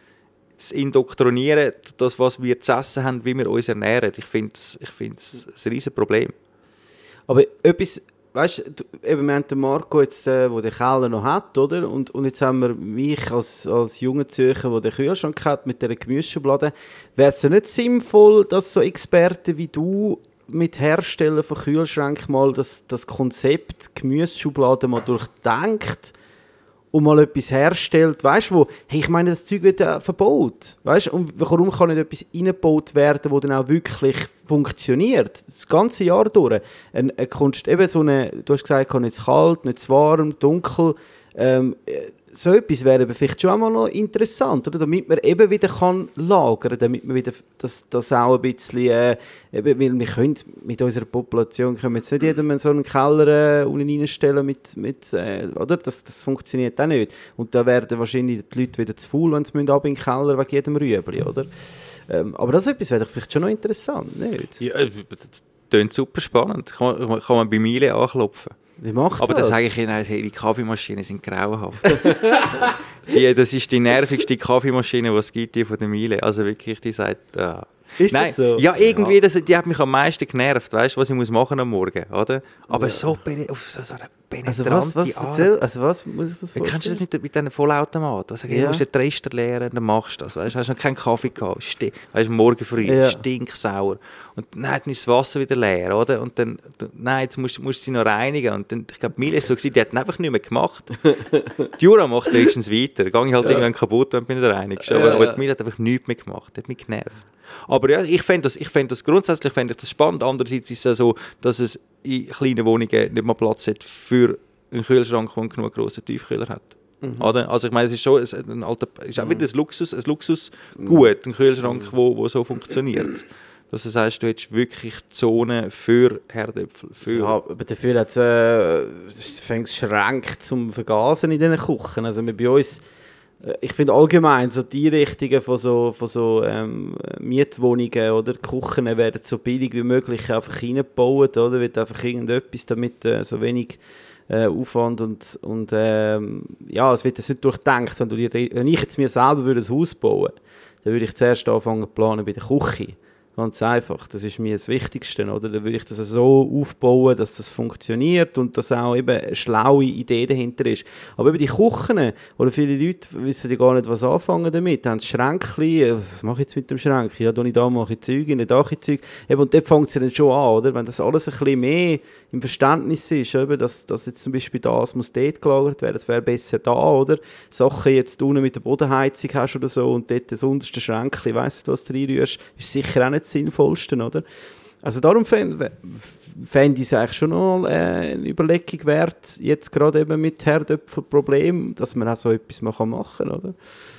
zu indoktrinieren, das, was wir zu essen haben, wie wir uns ernähren. Ich finde es ein riesen Problem. Aber etwas, weißt du, eben, wir haben den Marco jetzt, der den Keller noch hat, oder? Und jetzt haben wir mich als junger Zürcher, der den Kühlschrank hat mit dieser Gemüseschublade. Wäre es ja nicht sinnvoll, dass so Experten wie du mit Herstellern von Kühlschränken mal das Konzept Gemüseschublade mal durchdenkt und mal etwas herstellt, weißt du, hey, ich meine, das Zeug wird ja verbaut, weißt du, und warum kann nicht etwas reingebaut werden, das dann auch wirklich funktioniert, das ganze Jahr durch. Eine Kunst, eben so eine, du hast gesagt, nicht zu kalt, nicht zu warm, dunkel, so etwas wäre aber vielleicht schon einmal noch interessant, oder? Damit man eben wieder kann lagern kann, damit man wieder das auch ein bisschen, eben, weil wir können mit unserer Population können wir jetzt nicht jedem so einen Keller unten reinstellen oder? Das funktioniert auch nicht. Und da werden wahrscheinlich die Leute wieder zu faul, wenn sie ab in den Keller wegen jedem Rüebli, oder? Aber das etwas wäre doch vielleicht schon noch interessant, nicht? Ja, das klingt super spannend. Kann man bei Miele anklopfen. Wie macht Aber das? das sage ich Ihnen, hey, die Kaffeemaschinen sind grauenhaft. Das ist die nervigste Kaffeemaschine, die es gibt, die von der Miele. Also wirklich, die sagt... Ist Nein, das so? ja, irgendwie, die hat mich am meisten genervt, weißt du, was ich muss machen am Morgen, oder? Aber so auf so eine penetrante was muss ich das vorstellen? Kennst du das mit diesen Vollautomaten? Also, du musst den Trester leeren, dann machst du das. Weißt du, hast noch keinen Kaffee gehabt, weißt du, morgen früh, stinksauer. Und dann ist das Wasser wieder leer, oder? Und dann, jetzt musst du sie noch reinigen. Und dann, ich glaube, Mille ist so gewesen, die hat einfach nicht mehr gemacht. Die Jura macht wenigstens weiter. Dann gehe ich halt irgendwann kaputt, wenn du nicht reinigst. Aber die Mille hat einfach nichts mehr gemacht, die hat mich genervt. Aber ja, ich fände das grundsätzlich das spannend. Andererseits ist es so, dass es in kleinen Wohnungen nicht mal Platz hat für einen Kühlschrank, der einen genug grossen Tiefkühler hat. Oder? Also ich meine, es ist schon ist auch wieder ein Luxusgut, ein Kühlschrank, der so funktioniert. Dass du sagst, du hättest wirklich Zonen für Herdöpfel. Ja, aber dafür hat es Schränke zum Vergasen in diesen Küchen. Also bei uns... Ich finde allgemein so die Richtungen von so Mietwohnungen oder Küchen werden so billig wie möglich einfach reingebaut, oder? Wird einfach irgendetwas damit so wenig Aufwand und es wird das nicht durchdenkt. Wenn ich jetzt mir selber würde ein Haus bauen, dann würde ich zuerst anfangen zu planen bei der Küche. Ganz einfach, das ist mir das Wichtigste, oder? Dann würde ich das so aufbauen, dass das funktioniert und dass auch eben eine schlaue Idee dahinter ist. Aber eben die Küchen, oder viele Leute wissen ja gar nicht, was anfangen damit. Die haben Schränkchen, was mache ich jetzt mit dem Schrank? Ja, da mache ich Zeug, da mache ich Zeug. Eben, und dort fängt es ja dann schon an, oder? Wenn das alles ein bisschen mehr im Verständnis ist, eben, dass jetzt zum Beispiel das muss dort gelagert werden, das wäre besser da, oder? Sachen jetzt unten mit der Bodenheizung hast oder so und dort das unterste Schränkchen, weißt du, was du reinrührst, ist sicher auch nicht das Sinnvollsten, oder? Also darum fände ich es eigentlich schon noch eine Überlegung wert, jetzt gerade eben mit Herdöpfelproblem, dass man auch so etwas machen kann, oder?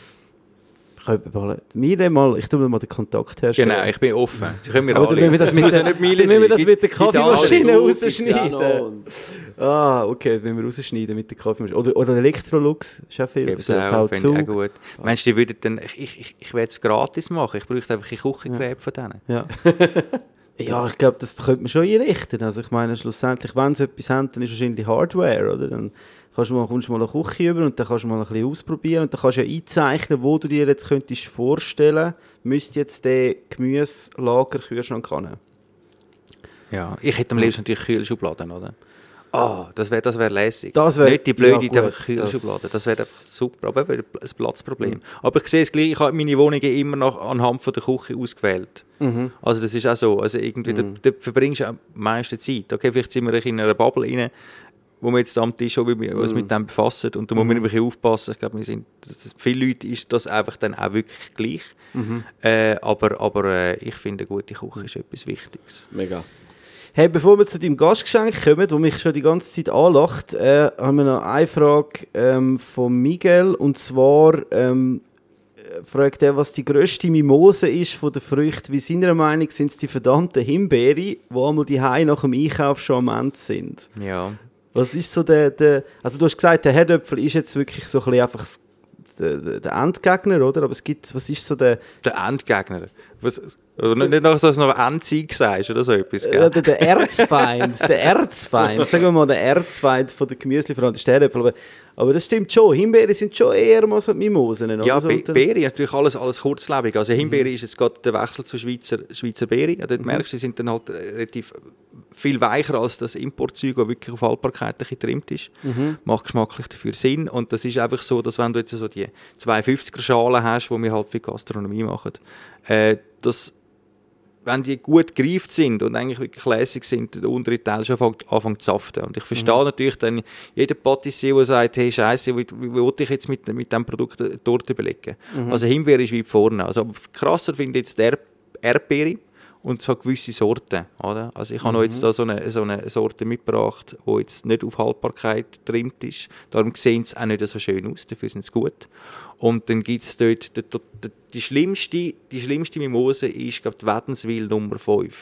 Ich tue mir mal den Kontakt herstellen. Genau, ich bin offen. Sie können mir aber anrufen. das müssen wir das mit der Kaffeemaschine rausschneiden. Okay, wenn wir rausschneiden mit der Kaffeemaschine. Oder Electrolux, ist auch viel. Finde ich auch gut. Meinst du, die würden dann, ich will es gratis machen, ich bräuchte einfach ein Küchengerät von denen. Ja. Ja, ich glaube, das könnte man schon einrichten. Also ich meine, schlussendlich, wenn sie etwas haben, dann ist es wahrscheinlich Hardware, oder? Dann kommst du mal eine Küche über und dann kannst du mal ein bisschen ausprobieren und dann kannst du ja einzeichnen, wo du dir jetzt könntest vorstellen, müsste jetzt der Gemüselager-Kühlschrank haben. Ja, ich hätte am liebsten natürlich Kühlschubladen, oder? Das wäre lässig. Nicht die blöde Kühlschublade. Das wäre super, aber ein Platzproblem. Aber ich sehe es gleich, ich habe meine Wohnungen immer noch anhand von der Küche ausgewählt. Also das ist auch so. Also irgendwie, da verbringst du am meisten Zeit. Okay, vielleicht sind wir in einer Bubble rein, wo wir jetzt am Tisch uns mit dem befassen und da muss man ein bisschen aufpassen. Ich glaube, viele Leute ist das einfach dann auch wirklich gleich. Aber ich finde, eine gute Küche ist etwas Wichtiges. Mega. Hey, bevor wir zu deinem Gastgeschenk kommen, das mich schon die ganze Zeit anlacht, haben wir noch eine Frage von Miguel. Und zwar fragt er, was die grösste Mimose ist von den Früchten. Wie seiner Meinung sind es die verdammten Himbeere, die einmal die nach dem Einkauf schon am Ende sind. Ja. Was ist so der also du hast gesagt, der Herdöpfel ist jetzt wirklich so ein bisschen einfach der Endgegner, oder? Aber was ist so der... Der Endgegner? Oder nicht noch so, dass du noch Endzweig sagst oder so etwas, gell? Der Erzfeind, sagen wir mal, der Erzfeind von der Gemüselieferant ist der Herdöpfel. Aber das stimmt schon, Himbeere sind schon eher mal so Mimosen, oder? Ja, Beere, natürlich alles kurzlebig. Also Himbeere ist jetzt gerade der Wechsel zur Schweizer Beere. Ja, dort merkst du, sie sind dann halt relativ viel weicher als das Importzeug, das wirklich auf Haltbarkeit getrimmt ist. Macht geschmacklich dafür Sinn. Und das ist einfach so, dass wenn du jetzt so die 250er-Schalen hast, die wir halt für Gastronomie machen, wenn die gut gereift sind und eigentlich wirklich lässig sind, der untere Teil schon anfängt zu saften. Und ich verstehe natürlich dann jeden Patissier, der sagt, hey Scheiße, wie will ich jetzt mit diesem Produkt eine Torte belegen? Also Himbeere ist weit vorne. Also, aber krasser finde ich jetzt die Erdbeere und zwar gewisse Sorten. Oder? Also ich habe noch jetzt da so eine Sorte mitgebracht, die jetzt nicht auf Haltbarkeit getrimmt ist. Darum sehen sie auch nicht so schön aus, dafür sind sie gut. Und dann gibt es dort, die schlimmste Mimose ist, glaube ich, die Wädenswil Nummer 5.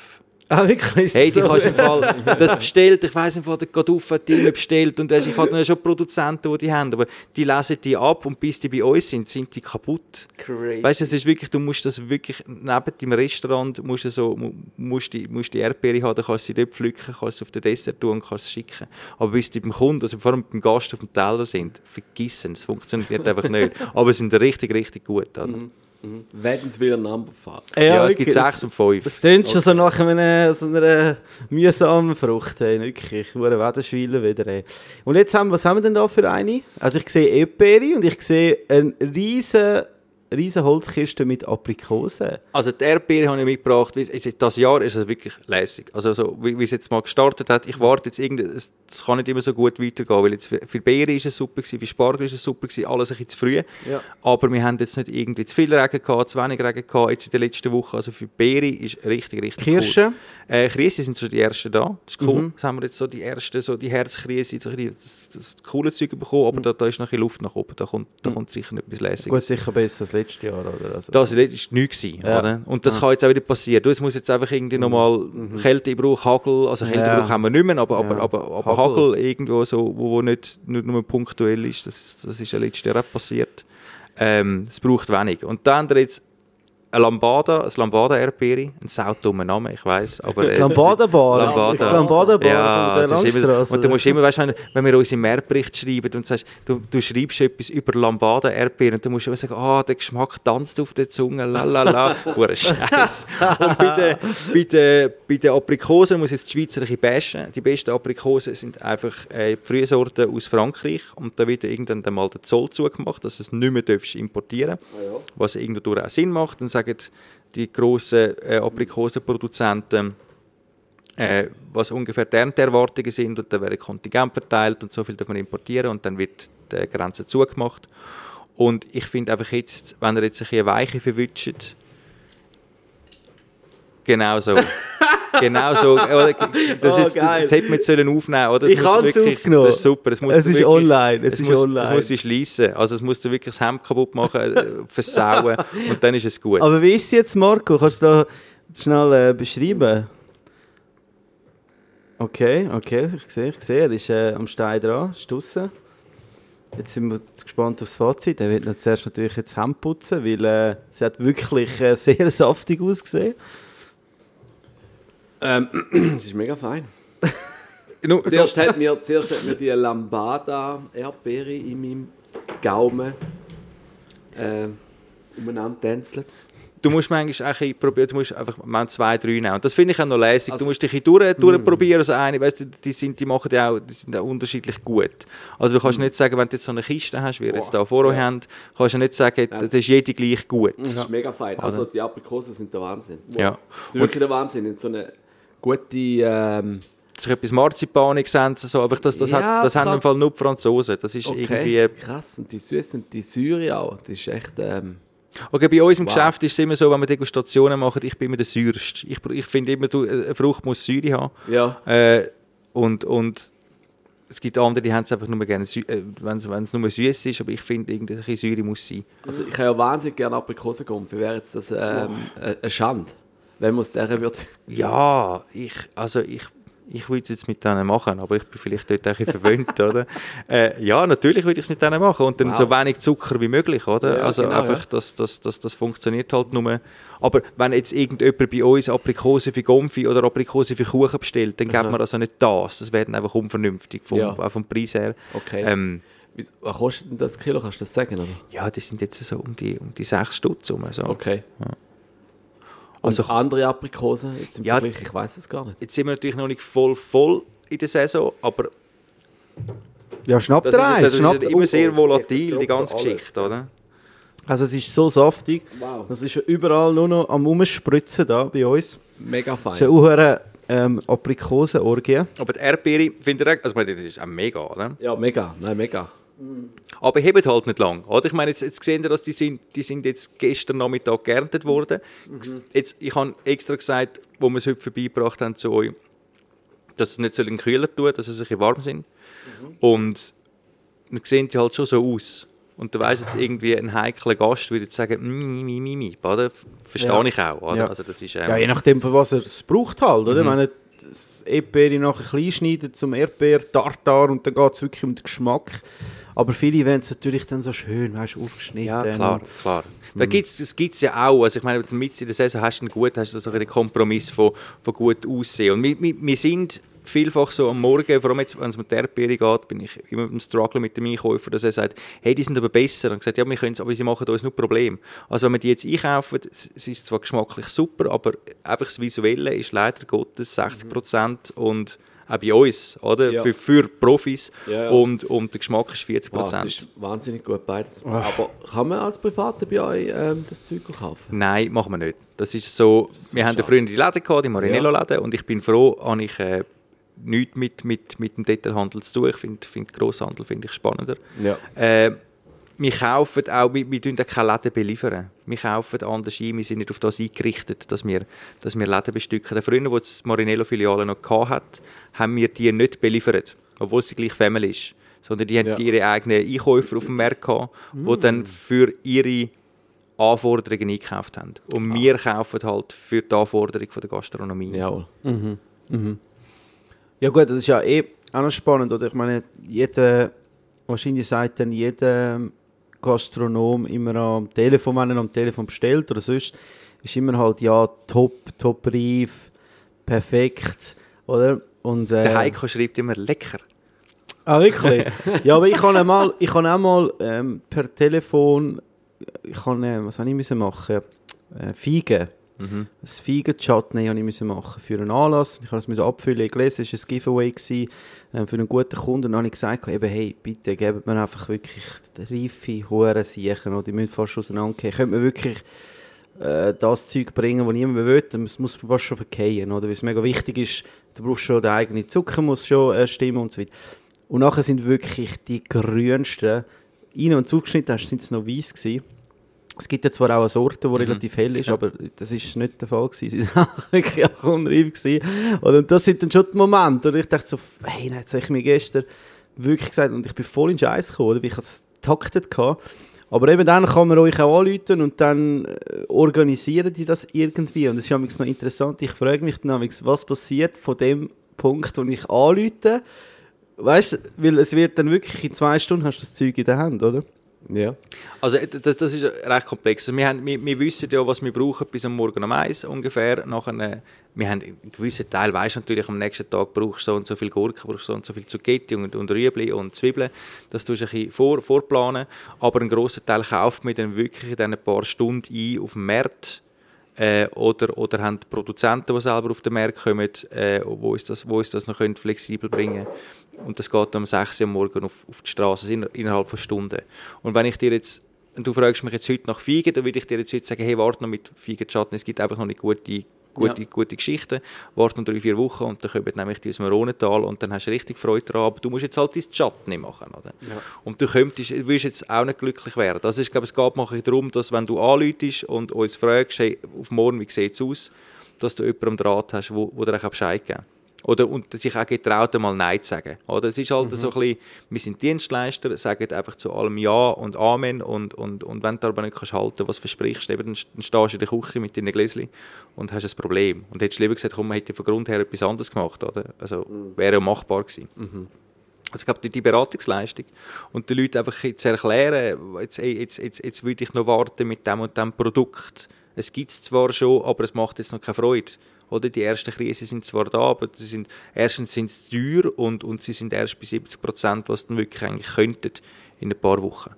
wirklich? Hey, die kannst im Fall, das bestellt, ich weiss im Fall, der Gaduffa hat die immer bestellt und ich habe schon Produzenten, die haben, aber die lesen die ab und bis die bei uns sind die kaputt. Crazy. Weißt du, es ist wirklich, du musst das wirklich, neben dem Restaurant musst die Erdbeere haben, dann kannst du sie dort pflücken, kannst sie auf den Dessert tun und kannst sie schicken. Aber bis die beim Kunden, also vor allem beim Gast auf dem Teller sind, vergissen, das funktioniert einfach nicht. Aber sie sind richtig, richtig gut. Oder? Wenn es wieder ein Number fahren. Ja, es gibt 6 und 5. Das tönt schon so nach so einer mühsamen Frucht. Hey. Wirklich, hure Wedenschweiler wieder. Hey. Und jetzt was haben wir denn da für eine? Also ich sehe Erdbeere und ich sehe eine riesen Holzkiste mit Aprikosen. Also die Erdbeere habe ich mitgebracht. Das Jahr ist es wirklich lässig. Also so, wie es jetzt mal gestartet hat, ich warte jetzt es kann nicht immer so gut weitergehen, weil jetzt für Beeren ist es super gewesen, für Spargel ist es super gewesen, alles ein bisschen zu früh. Ja. Aber wir haben jetzt nicht irgendwie zu viel Regen gehabt, zu wenig Regen gehabt, jetzt in der letzten Woche. Also für Beeren ist richtig, richtig Kirschen? cool. Kirschen sind so die ersten da. Das ist cool. Das haben wir jetzt so die ersten, so die Herzkirschen, so das coole Zeug bekommen, aber da ist noch ein bisschen Luft nach oben. Da kommt sicher noch etwas Lässiges. Gut, sicher besser als letztes Jahr, oder? Also. Das war nichts gewesen, Ja. oder? Und das kann jetzt auch wieder passieren. Es muss jetzt einfach irgendwie nochmal Kälteeinbruch, Hagel, also Kälteeinbruch haben wir nicht mehr, aber Hagel irgendwo so, wo nicht nur punktuell ist, das ist ja letztes Jahr auch passiert. Es braucht wenig. Und dann haben wir jetzt ein Lambada-Erdbeere, ein saudummer Name, ich weiss, aber... Lambada-Bar? Lambada-Bar ja, von der Landstrasse. Und du musst immer, weißt, wenn wir unseren Mehrбericht schreiben und sagst, du schreibst etwas über Lambada-Erdbeere und du musst immer sagen, der Geschmack tanzt auf der Zunge, lalala, pure Scheiß. Und bei den Aprikosen muss ich jetzt die Schweizer ein bisschen bashen. Die besten Aprikosen sind einfach die Frühsorten aus Frankreich und da wird irgendwann mal der Zoll zugemacht, dass du es nicht mehr importieren darfst, was irgendwo auch Sinn macht. Dann sagen die grossen Aprikosenproduzenten, was ungefähr die Ernteerwartungen sind und dann wird ein Kontingent verteilt und so viel darf man importieren und dann wird die Grenze zugemacht. Und ich finde einfach jetzt, wenn ihr jetzt ein bisschen Weiche verwünscht, genau so. Genau so. Das hätte man jetzt aufnehmen, oder? Ich habe es aufgenommen. Das ist super. Es ist wirklich, online. Es muss sich schliessen. Also es musst du wirklich das Hemd kaputt machen, versauen und dann ist es gut. Aber wie ist es jetzt, Marco? Kannst du da schnell beschreiben? Okay, ich sehe. Er ist am Stein dran, ist draussen. Jetzt sind wir gespannt aufs Fazit. Er wird zuerst natürlich jetzt das Hemd putzen, weil sie hat wirklich sehr saftig ausgesehen. Es ist mega fein. Zuerst hat mir die Lambada-Erdbeere in meinem Gaumen umeinander tänzelt. Du musst manchmal probieren, du musst einfach mal 2, 3 nehmen. Und das finde ich auch noch lässig. Also, du musst dich durchprobieren. Also eine, weißt du, die sind auch unterschiedlich gut. Also du kannst nicht sagen, wenn du jetzt so eine Kiste hast, wie wir jetzt hier vor euch haben, kannst du nicht sagen, das ist jede gleich gut. Das ist mega fein. Also die Aprikosen sind der Wahnsinn. Wow. Ja. Das ist wirklich der Wahnsinn. In so eine gute... Das ist etwas Marzipanig, so, aber das haben im Fall nur die Franzosen. Das ist irgendwie... Krass, und die Süße und die Säure auch. Das ist echt... Okay, bei uns im Geschäft ist es immer so, wenn wir Degustationen machen, ich bin immer der Säurste. Ich finde immer, eine Frucht muss Säure haben. Ja. Und es gibt andere, die haben es einfach nur gerne, wenn es nur süß ist, aber ich finde, irgendeine Säure muss sein. Also ich habe ja wahnsinnig gerne Aprikosengumpf. Wäre jetzt das eine Schande, wenn man es der wird? Ja, ich würde es jetzt mit denen machen, aber ich bin vielleicht dort ein bisschen verwöhnt, oder? Ja, natürlich würde ich es mit denen machen und dann so wenig Zucker wie möglich, oder? Ja, also genau, einfach, das funktioniert halt nur. Aber wenn jetzt irgendjemand bei uns Aprikosen für Gumpfi oder Aprikosen für Kuchen bestellt, dann gibt man also nicht das. Das wäre dann einfach unvernünftig, auch vom Preis her. Okay. Was kostet denn das Kilo, kannst du das sagen, oder? Ja, die sind jetzt so um die 6 Stutz rum. So. Okay. Ja. Also andere Aprikosen, jetzt im Vergleich, ich weiss es gar nicht. Jetzt sind wir natürlich noch nicht voll in der Saison, aber ja, schnappt das ist immer sehr volatil, die ganze Geschichte, oder? Also es ist so saftig, das ist ja überall nur noch am Umspritzen da bei uns. Mega fein. Das ist auch eine Aprikosenorgie. Aber die Erdbeere, finde ich, also das ist auch mega, oder? Ja, mega, nein, mega. Aber hebt halt nicht lang, oder? Ich meine, jetzt sehen wir, dass die sind jetzt gestern Nachmittag geerntet worden. Ich habe extra gesagt, wo wir es heute vorbeigebracht haben zu euch, dass es nicht in den Kühler tun, dass sie ein bisschen warm sind. Und dann sehen die halt schon so aus. und du weißt jetzt irgendwie, ein heikler Gast würde jetzt sagen, oder? Verstehe ich auch, oder? Ja. Also das ist, Ja, je nachdem, für was er es braucht halt, oder? Wenn er das Erdbeere nachher klein schneidet zum Erdbeer-Tartar und dann geht es wirklich um den Geschmack. Aber viele wollen es natürlich dann so schön, weißt du, aufgeschnitten. ja, klar. Das gibt's ja auch. Also ich meine, mit in der Saison hast du so einen Kompromiss von gut aussehen. Und wir sind vielfach so am Morgen, vor allem jetzt, wenn es mit der Erdbeere geht, bin ich immer im Struggle mit dem Einkäufer, dass er sagt, hey, die sind aber besser. Und gesagt, ja, wir können es, aber sie machen uns nur Probleme. Also wenn wir die jetzt einkaufen, es ist zwar geschmacklich super, aber einfach das Visuelle ist leider Gottes 60% und auch bei uns, oder? Ja. Für Profis. Ja. Und der Geschmack ist 40%. Wow, das ist wahnsinnig gut beides. Aber kann man als Privater bei euch das Zeug kaufen? Nein, machen wir nicht. Das ist so, wir haben früher die Läden gehabt, die Marinello-Läden, und ich bin froh, habe ich nichts mit dem Detailhandel zu tun. Ich finde Grosshandel finde ich spannender. Ja. Wir kaufen auch, wir tun auch keine Läden beliefern. Wir kaufen anders ein, wir sind nicht auf das eingerichtet, dass wir Läden bestücken. Früher, als die Marinello-Filiale noch hatte, haben wir die nicht beliefert, obwohl sie gleich Family ist. Sondern die hatten ihre eigenen Einkäufer auf dem Markt gehabt, die dann für ihre Anforderungen eingekauft haben. Und wir kaufen halt für die Anforderung der Gastronomie. Jawohl. Ja gut, das ist ja auch noch spannend, oder? Ich meine, wahrscheinlich sagt dann jeder Gastronom immer am Telefon, wenn er am Telefon bestellt oder sonst, ist immer halt, ja, top reif, perfekt, oder? Und, Der Heiko schreibt immer «lecker». Ah, wirklich? Ja, aber ich kann auch mal per Telefon, was habe ich machen? Feigen. Ein Feigen-Chutney musste ich machen für einen Anlass. Ich musste es abfüllen. Ich gelesen, es war ein Giveaway für einen guten Kunden. Und dann habe ich gesagt, eben, hey, bitte gebt mir einfach wirklich reife Huren-Siechen. Die müssen fast auseinandergehen. Könnt mir wirklich das Zeug bringen, das niemand will. Es muss fast schon verkehren, oder? Weil es mega wichtig ist, du brauchst schon den eigenen Zucker, muss schon stimmen und so weiter. Und nachher sind wirklich die grünsten, rein und zugeschnitten hast, sind es noch weiss gewesen. Es gibt ja zwar auch eine Sorte, die relativ hell ist, aber das war nicht der Fall gewesen. Sie waren wirklich auch unreif gewesen. Und das sind dann schon die Momente, und ich dachte so, hey, das habe ich mir gestern wirklich gesagt, und ich bin voll in Scheiß gekommen, weil ich das taktet hatte. Aber eben dann kann man euch auch anrufen und dann organisieren die das irgendwie. Und das ist ja noch interessant. Ich frage mich dann, was passiert von dem Punkt, wo ich anrufe. Weißt du, weil es wird dann wirklich in 2 Stunden hast du das Zeug in der Hand, oder? Ja. Also das ist recht komplex. Wir wissen ja, was wir brauchen bis am Morgen um 1 ungefähr. Nachher, wir haben einen gewissen Teil, weißt du natürlich, am nächsten Tag brauchst du so und so viel Gurken, brauchst so und so viel Zucchetti und Rüebli und Zwiebeln. Das tust du ein bisschen vorplanen. Aber einen grossen Teil kauft man dann wirklich in diesen paar Stunden ein auf dem Markt. Oder haben Produzenten, die selber auf den Markt kommen, wo uns das noch flexibel bringen können. Und das geht um 6 Uhr am Morgen auf die Straße innerhalb von Stunden. Und wenn ich dir jetzt, du fragst mich jetzt heute nach Feigen, dann würde ich dir jetzt heute sagen, hey, warte noch mit Feigen-Chutney, es gibt einfach noch nicht gute Geschichten, warte noch 3-4 Wochen und dann kommen nämlich die aus dem Rhonental und dann hast du richtig Freude daran, aber du musst jetzt halt dein Chutney machen. Oder? Ja. Und du würdest jetzt auch nicht glücklich werden. Also ich glaube, es geht darum, dass wenn du anrufst und uns fragst, hey, auf morgen, wie sieht es aus, dass du jemanden am Draht hast, wo dir auch Bescheid geben kann. Und sich auch getraut, einmal Nein zu sagen. Oder? Es ist halt so ein bisschen, wir sind Dienstleister, sagen einfach zu allem Ja und Amen und wenn du aber nicht halten kannst, was versprichst, dann stehst du in der Küche mit deinen Gläschen und hast ein Problem. Und hättest du lieber gesagt, komm, man hätte von Grund her etwas anderes gemacht. Oder? Also wäre ja machbar gewesen. Also ich glaube, die Beratungsleistung und den Leuten einfach zu erklären, jetzt würde ich noch warten mit dem und dem Produkt. Es gibt es zwar schon, aber es macht jetzt noch keine Freude. Oder die ersten Krisen sind zwar da, aber erstens sind sie teuer und sie sind erst bei 70%, was dann wirklich eigentlich könnten in ein paar Wochen.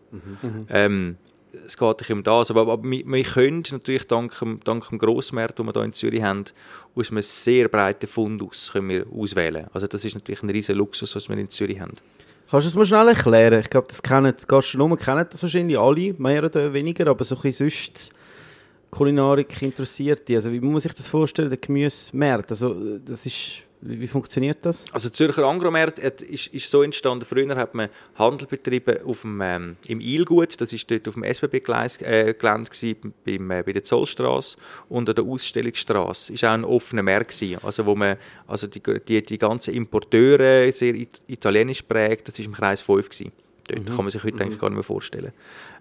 Es geht nicht um das, aber wir können natürlich dank dem Grossmarkt, den wir hier in Zürich haben, aus einem sehr breiten Fundus können wir auswählen. Also das ist natürlich ein riesen Luxus, was wir in Zürich haben. Kannst du es mal schnell erklären? Ich glaube, die Gastronomen kennen das wahrscheinlich alle, mehr oder weniger, aber so ein bisschen sonst Kulinarik interessiert die. Also wie muss man sich das vorstellen, der Gemüsemarkt? Also das ist, wie funktioniert das? Also der Zürcher Agromarkt ist so entstanden. Früher hat man Handel betrieben im Eilgut, das war dort auf dem SBB-Gelände bei der Zollstrasse und an der Ausstellungsstrasse. Das war auch ein offener Markt, also wo man die ganzen Importeure, sehr italienisch prägt, das war im Kreis 5 gewesen. dort. Kann man sich heute eigentlich gar nicht mehr vorstellen.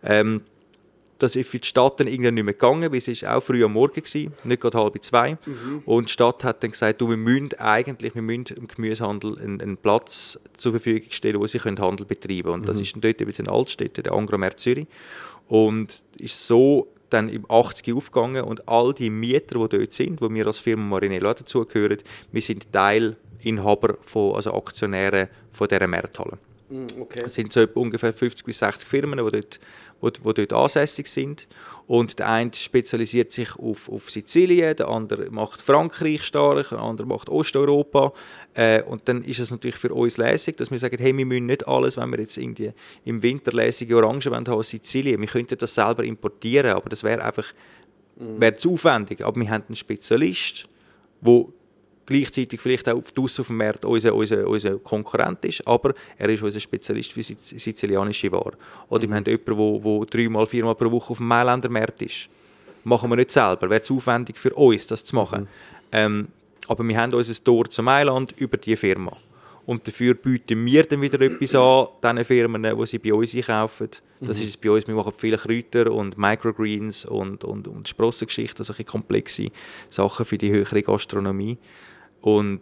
Das ist für die Stadt dann irgendwann nicht mehr gegangen, weil es auch früh am Morgen war, nicht gerade 1:30. Und die Stadt hat dann gesagt, wir müssen im Gemüsehandel einen Platz zur Verfügung stellen, wo sie Handel betreiben können. Und das ist dann dort in Altstädten, der Angromer Zürich. Und ist so dann im 80 aufgegangen und all die Mieter, die dort sind, wo wir als Firma Marinello dazugehören, wir sind Teilinhaber, also Aktionäre von dieser Markthalle. Okay. Es sind so ungefähr 50 bis 60 Firmen, die dort ansässig sind. Und der eine spezialisiert sich auf Sizilien, der andere macht Frankreich stark, der andere macht Osteuropa. Und dann ist es natürlich für uns lässig, dass wir sagen, hey, wir müssen nicht alles, wenn wir jetzt irgendwie im Winter lässige Orangen haben aus Sizilien, wir könnten das selber importieren, aber das wäre zu aufwendig. Aber wir haben einen Spezialist, der gleichzeitig vielleicht auch draussen auf dem Markt unser Konkurrent ist, aber er ist unser Spezialist für sizilianische Ware. Oder wir haben jemanden, der 3-4 Mal pro Woche auf dem Mailänder Markt ist. Machen wir nicht selber, wäre zu aufwendig für uns, das zu machen. Aber wir haben unser Tor zu Mailand über diese Firma. Und dafür bieten wir dann wieder etwas an, diesen Firmen, die sie bei uns einkaufen. Das ist es bei uns, wir machen viele Kräuter und Microgreens und Sprossengeschichten, solche komplexe Sachen für die höhere Gastronomie. Und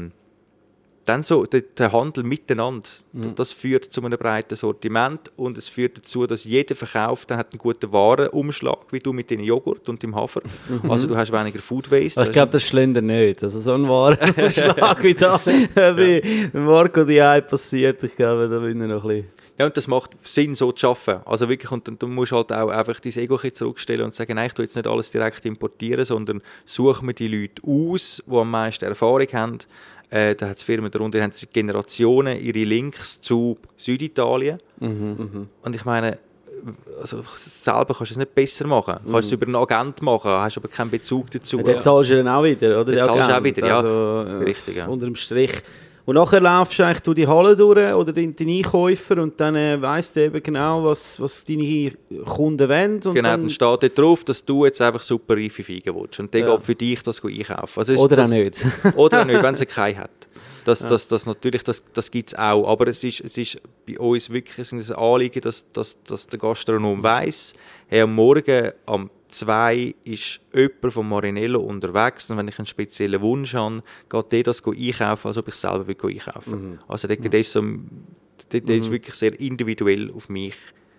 dann so der Handel miteinander, das führt zu einem breiten Sortiment und es führt dazu, dass jeder verkauft, dann hat einen guten Warenumschlag, wie du mit dem Joghurt und dem Hafer. Also du hast weniger Food Waste. Ich glaube, das schlender nicht. Also so ein Warenumschlag wie da bei Marco Di passiert, ich glaube, da bin ich noch ein bisschen... Ja, und das macht Sinn, so zu arbeiten. Also wirklich, und dann musst du halt auch einfach dein Ego zurückstellen und sagen, nein, ich tue jetzt nicht alles direkt importieren, sondern suche mir die Leute aus, die am meisten Erfahrung haben. Da hat es Firmen darunter, die haben Generationen ihre Links zu Süditalien. Und ich meine, also selber kannst du es nicht besser machen. Du kannst es über einen Agent machen, hast aber keinen Bezug dazu. Den zahlst du dann auch wieder, oder? Den zahlst du auch wieder, ja. Also, richtig, ja. Unter dem Strich. Und nachher laufst du eigentlich durch die Halle durch oder den Einkäufer und dann weisst du eben genau, was deine Kunden wollen. Und genau, dann steht dort drauf, dass du jetzt einfach super reife Feigen willst. Und der geht für dich das einkaufen. Also oder auch nicht. Oder auch nicht, wenn sie keine hat. Das gibt es auch. Aber es ist bei uns wirklich ein Anliegen, dass der Gastronom weiss, hey, am Morgen am 2 ist jemand von Marinello unterwegs und wenn ich einen speziellen Wunsch habe, geht der das einkaufen, als ob ich selber einkaufen will. Also der ist wirklich sehr individuell auf mich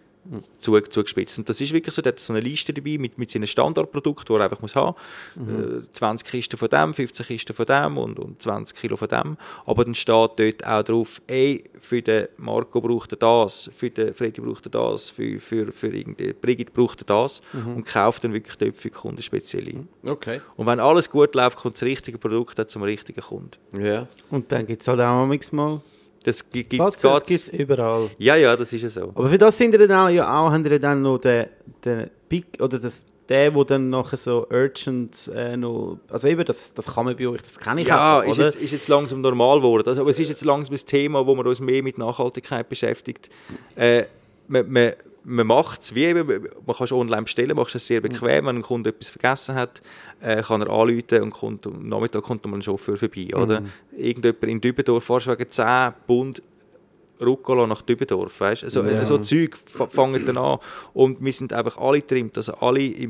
zugespitzt. Und das ist wirklich so, der hat so eine Liste dabei mit seinen Standardprodukten, die er einfach muss haben muss. 20 Kisten von dem, 15 Kisten von dem und 20 Kilo von dem. Aber dann steht dort auch drauf, ey, für den Marco braucht er das, für den Freddy braucht er das, für Brigitte braucht er das und kauft dann wirklich dort für die Kunden speziell ein. Okay. Und wenn alles gut läuft, kommt das richtige Produkt zum richtigen Kunden. Ja. Und dann gibt es halt auch mal... Das gibt es überall. Ja, das ist ja so. Aber für das sind ihr dann haben ihr dann noch den Big, oder der dann nachher so urgent noch, also eben, das kann man bei euch, das kenne ich auch. Ja, ist jetzt langsam normal geworden. Also, aber es ist jetzt langsam ein Thema, wo man uns mehr mit Nachhaltigkeit beschäftigt. Man macht es, man kann es online bestellen, macht es sehr bequem. Wenn ein Kunde etwas vergessen hat, kann er anrufen und am Nachmittag kommt mal ein Chauffeur vorbei. Oder? Irgendjemand in Dübendorf, fährst wegen 10 Pfund Rucola nach Dübendorf. Weißt? So Zeug fangen dann an. Und wir sind einfach alle getrimmt, also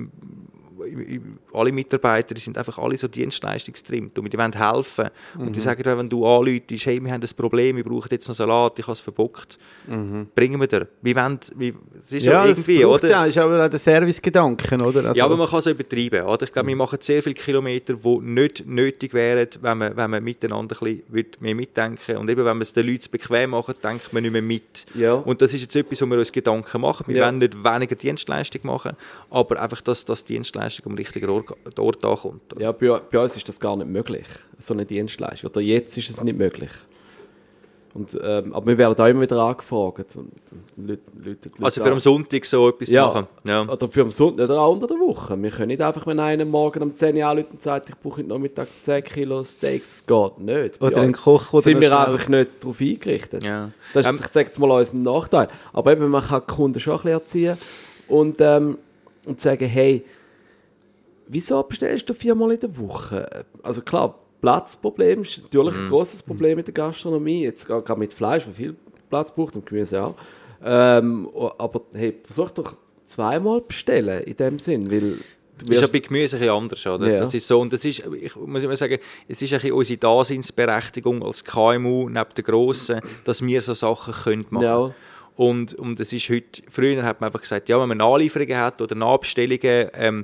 alle Mitarbeiter, die sind einfach alle so dienstleistungstrimmt und die wollen helfen. Und die sagen dann, wenn du anrufst, hey, wir haben ein Problem, wir brauchen jetzt noch Salat, ich habe es verbockt, bringen wir dir. Das ist ja irgendwie, oder? Ja, ist aber auch der Servicegedanke, oder? Also, ja, aber man kann es übertreiben. Oder? Ich glaube, wir machen sehr viele Kilometer, die nicht nötig wären, wenn man miteinander ein bisschen mehr mitdenken. Und eben, wenn man es den Leuten bequem macht, denkt man nicht mehr mit. Ja. Und das ist jetzt etwas, wo wir uns Gedanken machen. Wir wollen nicht weniger Dienstleistung machen, aber einfach, dass das Dienstleistung am richtigen Ort ankommt. Ja, bei uns ist das gar nicht möglich, so eine Dienstleistung. Oder jetzt ist es nicht möglich. Und, aber wir werden auch immer wieder angefragt. Und Leute also für am Sonntag so etwas zu machen? Ja. Oder für am Sonntag oder auch unter der Woche. Wir können nicht einfach, wenn einer morgen um 10 Uhr anruft und sagt, ich brauche heute Nachmittag 10 Kilo Steaks, das geht nicht. Oder ein Koch, oder sind wir einfach nicht darauf eingerichtet. Ja. Das ist, ich sage jetzt mal, unser Nachteil. Aber eben, man kann die Kunden schon ein bisschen erziehen und sagen, hey, wieso bestellst du 4-mal in der Woche? Also klar, Platzproblem ist natürlich ein grosses Problem in der Gastronomie. Jetzt gerade mit Fleisch, wo viel Platz braucht und Gemüse auch. Aber hey, versuch doch zweimal bestellen in dem Sinn, weil Das ist ja bei Gemüse ein bisschen anders, oder? Ja. Das ist so, und das ist, ich muss immer sagen, es ist ein bisschen unsere Daseinsberechtigung als KMU neben der Grossen, dass wir so Sachen machen können. Ja. Und es ist heute, früher hat man einfach gesagt, ja, wenn man Nachlieferungen hat oder Nachbestellungen,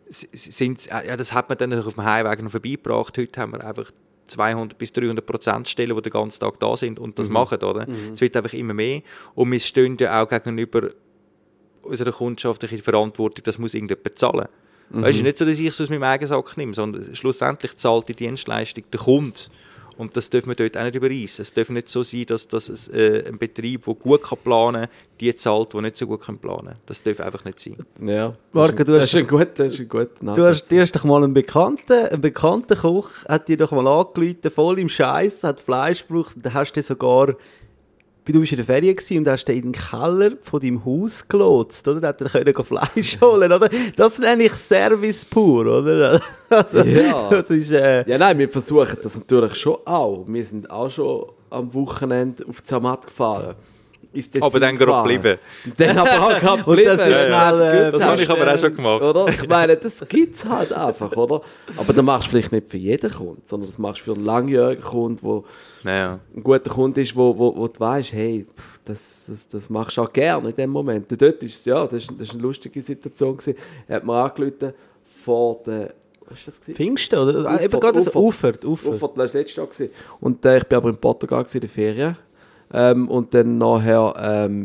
das hat man dann auf dem Heimweg noch vorbeigebracht. Heute haben wir einfach 200 bis 300% Stellen, die den ganzen Tag da sind und das machen, oder? Es wird einfach immer mehr. Und wir stehen ja auch gegenüber unserer kundschaftlichen Verantwortung, das muss irgendjemand zahlen. Es ist nicht so, dass ich es aus meinem eigenen Sack nehme, sondern schlussendlich zahlt die Dienstleistung der Kunde. Und das dürfen wir dort auch nicht überreissen. Es darf nicht so sein, dass ein Betrieb, der gut planen kann, die zahlt, die nicht so gut planen können. Das darf einfach nicht sein. Ja. Marco, das ist ein guter Du hast doch mal einen bekannten Koch, hat dir doch mal angerufen, voll im Scheiß, hat Fleisch gebraucht, und dann hast du sogar, du warst in der Ferien gewesen, und hast du in den Keller von deinem Haus gelotst, oder? Da hat er Fleisch holen, oder? Das ist eigentlich Service pur, oder? Ja. Das ist, Ja, nein, wir versuchen das natürlich schon auch. Wir sind auch schon am Wochenende auf Zermatt gefahren. Aber dann gerade bleiben. Dann aber auch gerade Und bleiben. das ist schnell, das habe ich aber auch schon gemacht. Oder? Ich meine, das gibt es halt einfach, oder? Aber das machst du vielleicht nicht für jeden Kunden, sondern das machst du für einen langjährigen Kunden, der ein guter Kunde ist, wo du weißt, hey, das machst du auch gerne in dem Moment. Und dort ist es, ja, das ist eine lustige Situation gewesen. Er hat mir angerufen vor der, was ist das gewesen? Pfingsten, oder? Eben gerade das Ufert. Das war letztes Jahr gewesen. Und ich bin aber in Portugal in der Ferien. Und dann nachher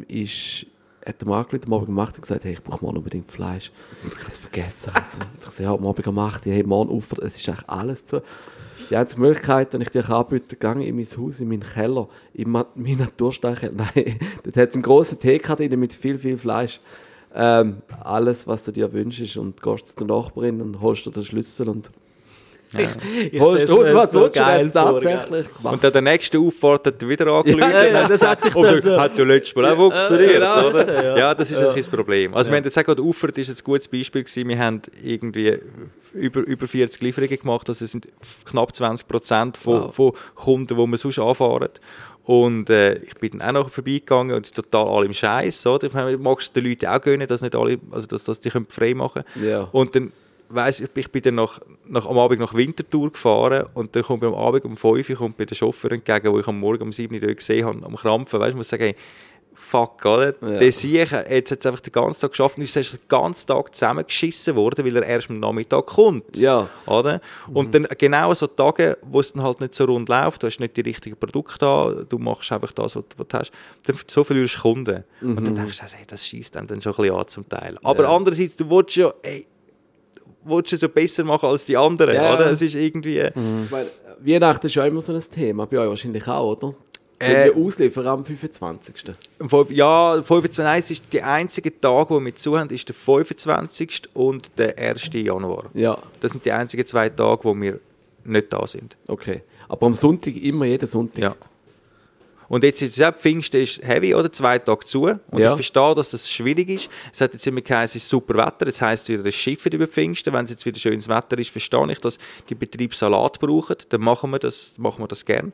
hat er mir angerufen, am Abend gemacht und gesagt, hey, ich brauche morgen unbedingt Fleisch. Ich habe es vergessen. Also, ich habe ja, am Abend gemacht, hey, morgen Ufer, es ist eigentlich alles zu. Die einzige Möglichkeit, wenn ich dir anbiete, gehe in mein Haus, in meinen Keller, in meinen Natursteinkeller. Nein, dort hat es einen grossen TK drin mit viel Fleisch. Alles, was du dir wünschst, und gehst zu der Nachbarin und holst dir den Schlüssel und holst du aus, was du geil tatsächlich gemacht. Und an der nächsten Auffahrt hat er wieder angerufen. Ja, das hat sich dann so... Hat ja letztes Mal auch funktioniert, genau. oder? Ja, das ist ein bisschen das Problem. Also wir haben jetzt auch gerade Ufert, ist ein gutes Beispiel gewesen. Wir haben irgendwie über 40 Lieferungen gemacht, also es sind knapp 20% von Kunden, die wir sonst anfahren. Und ich bin dann auch noch vorbeigegangen und es ist total alle im Scheiß, oder? Ich magst den Leuten auch gönnen, dass nicht alle, also dass die frei machen können. Ja. Und dann weiss ich bin dann am Abend nach Winterthur gefahren und dann kommt mir am Abend um 5 Uhr kommt mir der Chauffeur entgegen, den ich am Morgen um 7 Uhr gesehen habe, am Krampfen. Weißt, ich muss sagen, hey, fuck, oder? Ja. Der Sieg, jetzt hat es einfach den ganzen Tag geschafft und ist den ganzen Tag zusammengeschissen worden, weil er erst am Nachmittag kommt. Ja. Oder? Und dann genau so Tage, wo es dann halt nicht so rund läuft, du hast nicht die richtigen Produkte da, du machst einfach das, was du hast, dann so verlierst du Kunden. Und dann denkst du, hey, das scheisst dann schon ein bisschen an zum Teil. Aber andererseits, du willst ja, willst du so besser machen als die anderen, oder? Es ist irgendwie... Weil Weihnachten ist ja immer so ein Thema, bei euch wahrscheinlich auch, oder? Wir ausliefern am 25. Ja, 25. ist der einzige Tag, wo wir zu haben, ist der 25. und der 1. Januar. Ja. Das sind die einzigen 2 Tage, wo wir nicht da sind. Okay. Aber am Sonntag, immer jeden Sonntag? Ja. Und jetzt ist es Pfingsten ist heavy, oder? 2 Tage zu. Und ich verstehe, dass das schwierig ist. Es hat jetzt immer geheißen, es ist super Wetter. Jetzt heisst es wieder, das Schiffen über Pfingsten. Wenn es jetzt wieder schönes Wetter ist, verstehe ich, dass die Betriebe Salat brauchen. Dann machen wir das gerne.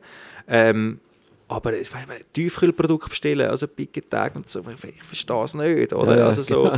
Aber Tiefkühlprodukte bestellen, also Picketag und so, ich verstehe es nicht, oder? Ja, also so,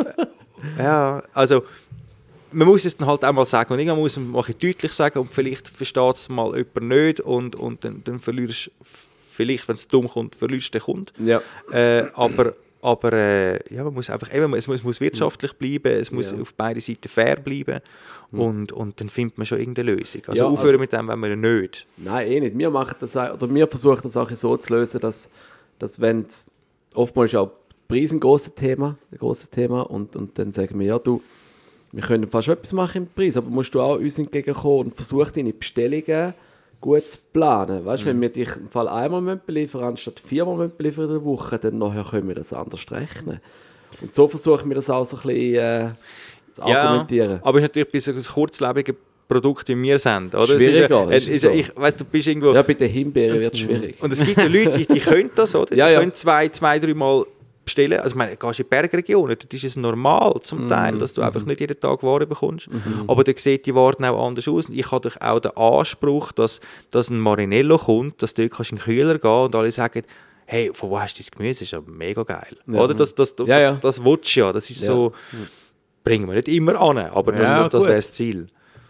also man muss es dann halt auch mal sagen und irgendwann muss man mal deutlich sagen und vielleicht versteht es mal jemand nicht und dann verlierst du, vielleicht, wenn es dumm kommt, verlierst du den Kunden. Ja. Aber man muss einfach, es muss wirtschaftlich bleiben, es muss auf beide Seiten fair bleiben und dann findet man schon irgendeine Lösung. Also aufhören mit dem, wenn wir nicht. Nein, nicht. Wir machen das auch, oder wir versuchen das auch so zu lösen, dass wenn oftmals ist auch der Preis ein grosses Thema und dann sagen wir, ja du, wir können fast etwas machen im Preis, aber musst du auch uns entgegenkommen und versuch deine Bestellungen gut zu planen. Weißt, wenn wir dich im Fall einmal beliefern anstatt 4-mal beliefern in der Woche, dann nachher können wir das anders rechnen. Und so versuchen wir das auch so ein bisschen zu argumentieren. Ja, aber es ist natürlich bei so einem kurzlebigen Produkt, wie wir sind. Oder? Schwieriger. Du bist irgendwo... Ja, bei den Himbeeren wird es schwierig. Und es gibt ja Leute, die können das, oder? Die können 2-3 Mal bestellen. Also ich meine, gehst in die Bergregionen, dort ist es normal zum Teil, dass du einfach nicht jeden Tag Ware bekommst. Aber da sieht die Ware auch anders aus. Und ich habe auch den Anspruch, dass ein Marinello kommt, dass du dort in den Kühler gehen und alle sagen, hey, von wo hast du das Gemüse? Das ist ja mega geil. Ja. Oder? Das willst du ja. Das ist so, bringen wir nicht immer an, aber das wäre das Ziel.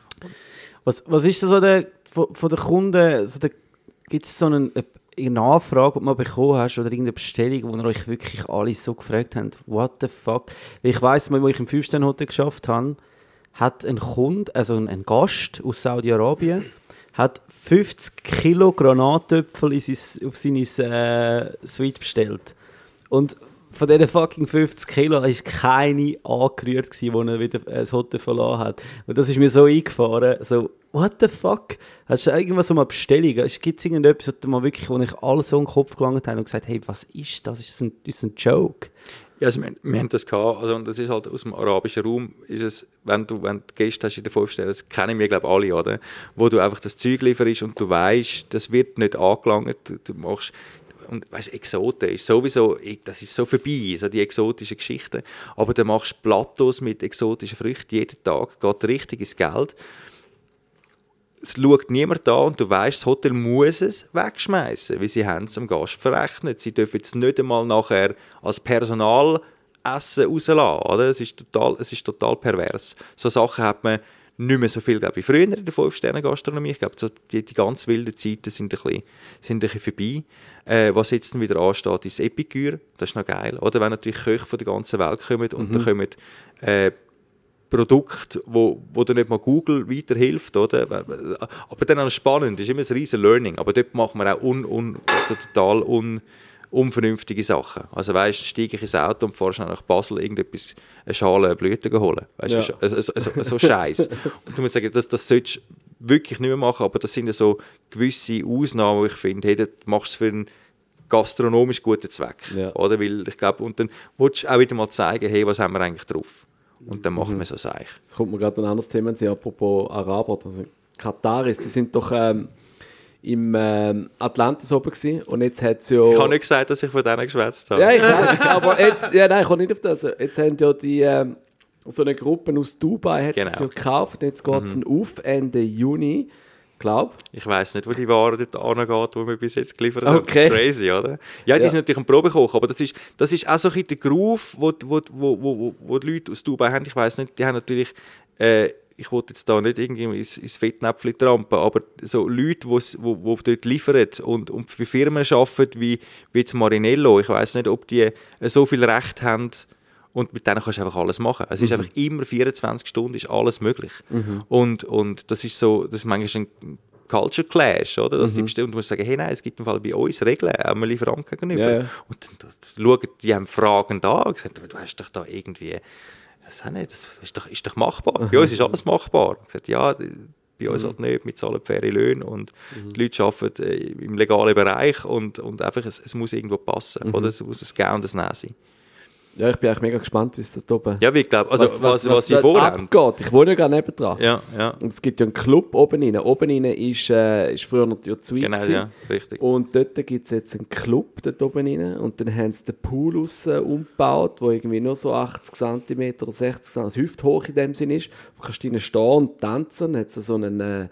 Was ist so von den Kunden, gibt es so eine Nachfrage, die du bekommen hast, oder irgendeine Bestellung, wo ihr euch wirklich alle so gefragt habt, what the fuck? Weil ich weiss, wo ich im 5-Sterne-Hotel geschafft habe, hat ein Kunde, also ein Gast aus Saudi-Arabien, hat 50 Kilo Granatöpfel auf seine Suite bestellt. Und von diesen fucking 50 Kilo war keine angerührt, als er wieder das Hotel verlassen hat. Und das ist mir so eingefahren, so, what the fuck? Hast du irgendwas so eine Bestellung? Gibt es irgendetwas, wo ich alles so in den Kopf gelangt habe und gesagt, hey, was ist das? Ist das ein Joke? Ja, also wir haben das gehabt, also, und das ist halt aus dem arabischen Raum, ist es, wenn du Gäste hast in den 5 Sternen, das kennen wir, glaube ich, alle, oder? Wo du einfach das Zeug lieferst und du weißt, das wird nicht angelangt, du machst, und weißt, Exoten ist sowieso, das ist so vorbei, so die exotischen Geschichten, aber du machst Plateaus mit exotischen Früchten jeden Tag, geht richtig ins Geld. Es schaut niemand an und du weißt, das Hotel muss es wegschmeißen, weil sie haben es am Gast verrechnet. Sie dürfen es nicht einmal nachher als Personal Essen rauslassen. Oder? Es ist total pervers. So Sachen hat man nicht mehr so viel, glaube ich, früher in der 5-Sterne-Gastronomie. Ich glaube, so die ganz wilden Zeiten sind ein bisschen vorbei. Was jetzt wieder ansteht, ist Epicure. Das ist noch geil. Oder? Wenn natürlich Köche von der ganzen Welt kommen und dann kommen Produkt, wo dir nicht mal Google weiterhilft, oder? Aber dann auch spannend, das ist immer ein riesen Learning, aber dort machen wir auch total unvernünftige Sachen. Also weißt, steige ich ins Auto und fahre schnell nach Basel irgendetwas, eine Schale Blüten holen. Weißt, ja. so Scheiß. Und du musst sagen, das solltest du wirklich nicht mehr machen, aber das sind ja so gewisse Ausnahmen, wo ich finde, hey, das machst du für einen gastronomisch guten Zweck. Ja. Oder? Weil ich glaube, und dann willst du auch wieder mal zeigen, hey, was haben wir eigentlich drauf? Und dann machen wir so Seich. Jetzt kommt mir gerade ein anderes Thema, apropos Araber, also Kataris, die sind doch im Atlantis oben gewesen und jetzt hat es ja... Ich habe nicht gesagt, dass ich von denen geschwätzt habe. Ja, ich weiß, aber jetzt... Ja, nein, ich komme nicht auf das. Jetzt haben ja die... so eine Gruppe aus Dubai hat es ja gekauft und jetzt geht es auf Ende Juni, glaube ich. Ich weiss nicht, wo die Ware dort angeht, die wir bis jetzt geliefert haben. Okay. Crazy, oder? Ja, die sind natürlich ein Probekoch, aber das ist auch so ein bisschen der Groove, wo die Leute aus Dubai haben. Ich weiss nicht, die haben natürlich... ich wollte jetzt da nicht irgendwie ins Fettnäpfchen trampen, aber so Leute, die dort liefern und für Firmen arbeiten, wie jetzt Marinello, ich weiss nicht, ob die so viel Recht haben und mit denen kannst du einfach alles machen. Es ist einfach immer 24 Stunden, ist alles möglich. Und das ist so, das ist manchmal ein Culture Clash, oder? Dass die bestimmt, du musst sagen, hey, nein, es gibt im Fall bei uns Regeln, auch einem Lieferanten gegenüber. Ja, ja. Und dann schauen, die haben Fragen da, gesagt, du hast doch da irgendwie... Das ist doch machbar. Bei uns ist alles machbar. Ich gesagt, ja, bei uns halt nicht, wir zahlen faire Löhne und die Leute arbeiten im legalen Bereich und einfach, es muss irgendwo passen. Oder? Es muss ein Gehen und ein Nein sein. Ja, ich bin eigentlich mega gespannt, wie es da oben... Ja, ich glaube, also was sie vorhaben. Abgeht. Ich wohne ja gerade nebendran. Ja. Und es gibt ja einen Club oben rein. Oben rein ist früher noch die Suite. Genau, ja, richtig. Und dort gibt es jetzt einen Club dort oben rein. Und dann haben sie den Pool umgebaut, der irgendwie nur so 80 cm oder 60 cm, also hüfthoch in dem Sinne ist. Du kannst drinnen stehen und tanzen. Dann hat es so einen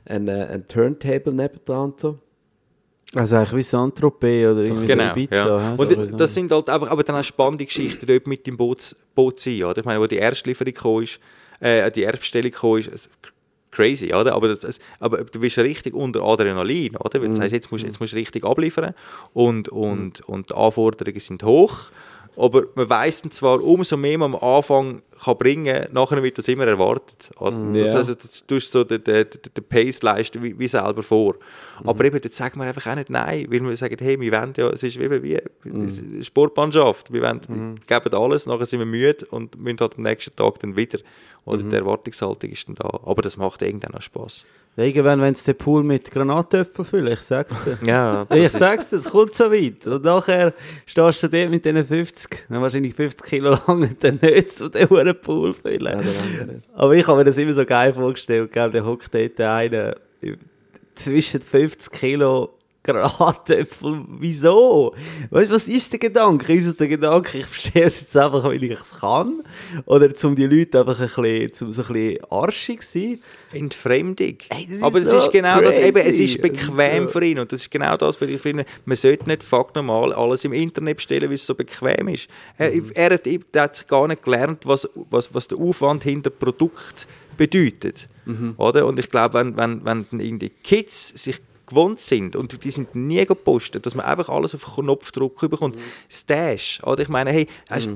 Turntable nebendran und so. Also eigentlich wie Saint-Tropez oder irgendwie genau, so Ibiza. Ja. Und das sind halt einfach, aber dann auch spannende Geschichten dort mit dem Boot sein, oder? Ich meine, wo die erste Lieferung kam, die erste Bestellung kam, crazy, oder? Aber du bist richtig unter Adrenalin, oder? Das heisst, jetzt musst du richtig abliefern und die Anforderungen sind hoch. Aber man weiss dann zwar, umso mehr man am Anfang kann bringen, nachher wird das immer erwartet. Das heisst, du tust so den Pace leisten wie selber vor. Aber eben, dort sagen wir einfach auch nicht nein, weil wir sagen, hey, wir wollen ja, es ist wie eine Sportmannschaft, wir geben alles, nachher sind wir müde und müssen halt am nächsten Tag dann wieder. Oder die Erwartungshaltung ist dann da. Aber das macht irgendwann auch Spass. Irgendwann, wenn es den Pool mit Granatöpfeln füllt, ich sag's dir. Ja, ich sag's dir, es kommt so weit. Und nachher stehst du dort mit diesen 50, dann wahrscheinlich 50 Kilo lang und dann nicht zu dem Pool füllen. Ja, aber ich habe mir das immer so geil vorgestellt, gell? Der hockt dort einer zwischen 50 Kilo Granatäpfel. Wieso? Weißt du, was ist der Gedanke? Ist es der Gedanke, ich verstehe es jetzt einfach, weil ich es kann? Oder um die Leute einfach so ein bisschen arschig zu sein? Entfremdung. Hey, aber das es ist genau das, crazy. eben, es ist bequem für ihn und das ist genau das, was ich finde, man sollte nicht fuck normal alles im Internet bestellen, weil es so bequem ist. Er hat sich gar nicht gelernt, was der Aufwand hinter dem Produkt bedeutet. Oder? Und ich glaube, wenn die Kids sich gewohnt sind und die sind nie gepostet, dass man einfach alles auf einen Knopfdruck bekommt. Stash, oder? Ich meine, hey, hast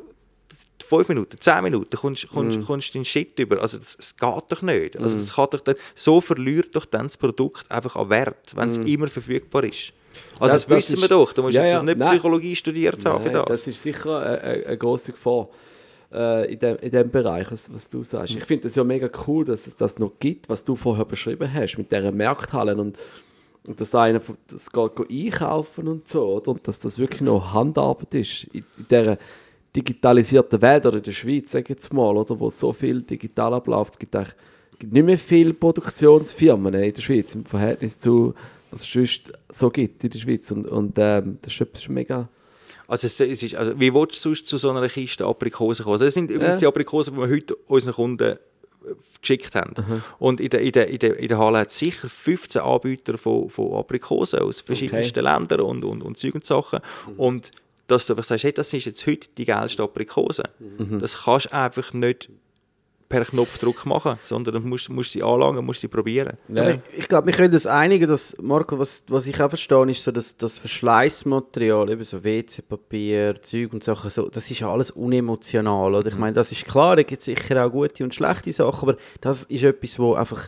5 Minuten, 10 Minuten kommst du den Shit über. Also das geht doch nicht. Also das kann doch dann, so verliert doch dann das Produkt einfach an Wert, wenn es immer verfügbar ist. Also das wissen wir doch. Da musst du jetzt nicht Psychologie studiert haben für das. Das ist sicher eine grosse Gefahr in dem Bereich, was du sagst. Ich finde es ja mega cool, dass es das noch gibt, was du vorher beschrieben hast, mit dieser Markthallen und dass einer das geht einkaufen und so, oder? Und dass das wirklich noch Handarbeit ist in dieser digitalisierten Welt oder in der Schweiz, sage ich jetzt mal, oder, wo so viel digital abläuft. Es gibt nicht mehr viele Produktionsfirmen in der Schweiz im Verhältnis zu, was es sonst so gibt in der Schweiz. Und das ist etwas mega... Also, wie willst du sonst zu so einer Kiste Aprikosen kommen? Also das sind übrigens die Aprikosen, die wir heute unseren Kunden geschickt haben. Und in der Halle hat es sicher 15 Anbieter von Aprikosen aus verschiedensten Ländern und Zeug und Sachen. Und dass du einfach sagst, hey, das ist jetzt heute die geilste Aprikose. Das kannst du einfach nicht per Knopfdruck machen, sondern du musst sie anlangen, musst sie probieren. Ja. Ich glaube, wir können uns einigen, dass, Marco, was ich auch verstehe, ist so, dass das Verschleißmaterial, eben so WC-Papier, Zeug und Sachen, so, das ist ja alles unemotional. Oder? Ich meine, das ist klar, da gibt es sicher auch gute und schlechte Sachen, aber das ist etwas, wo einfach,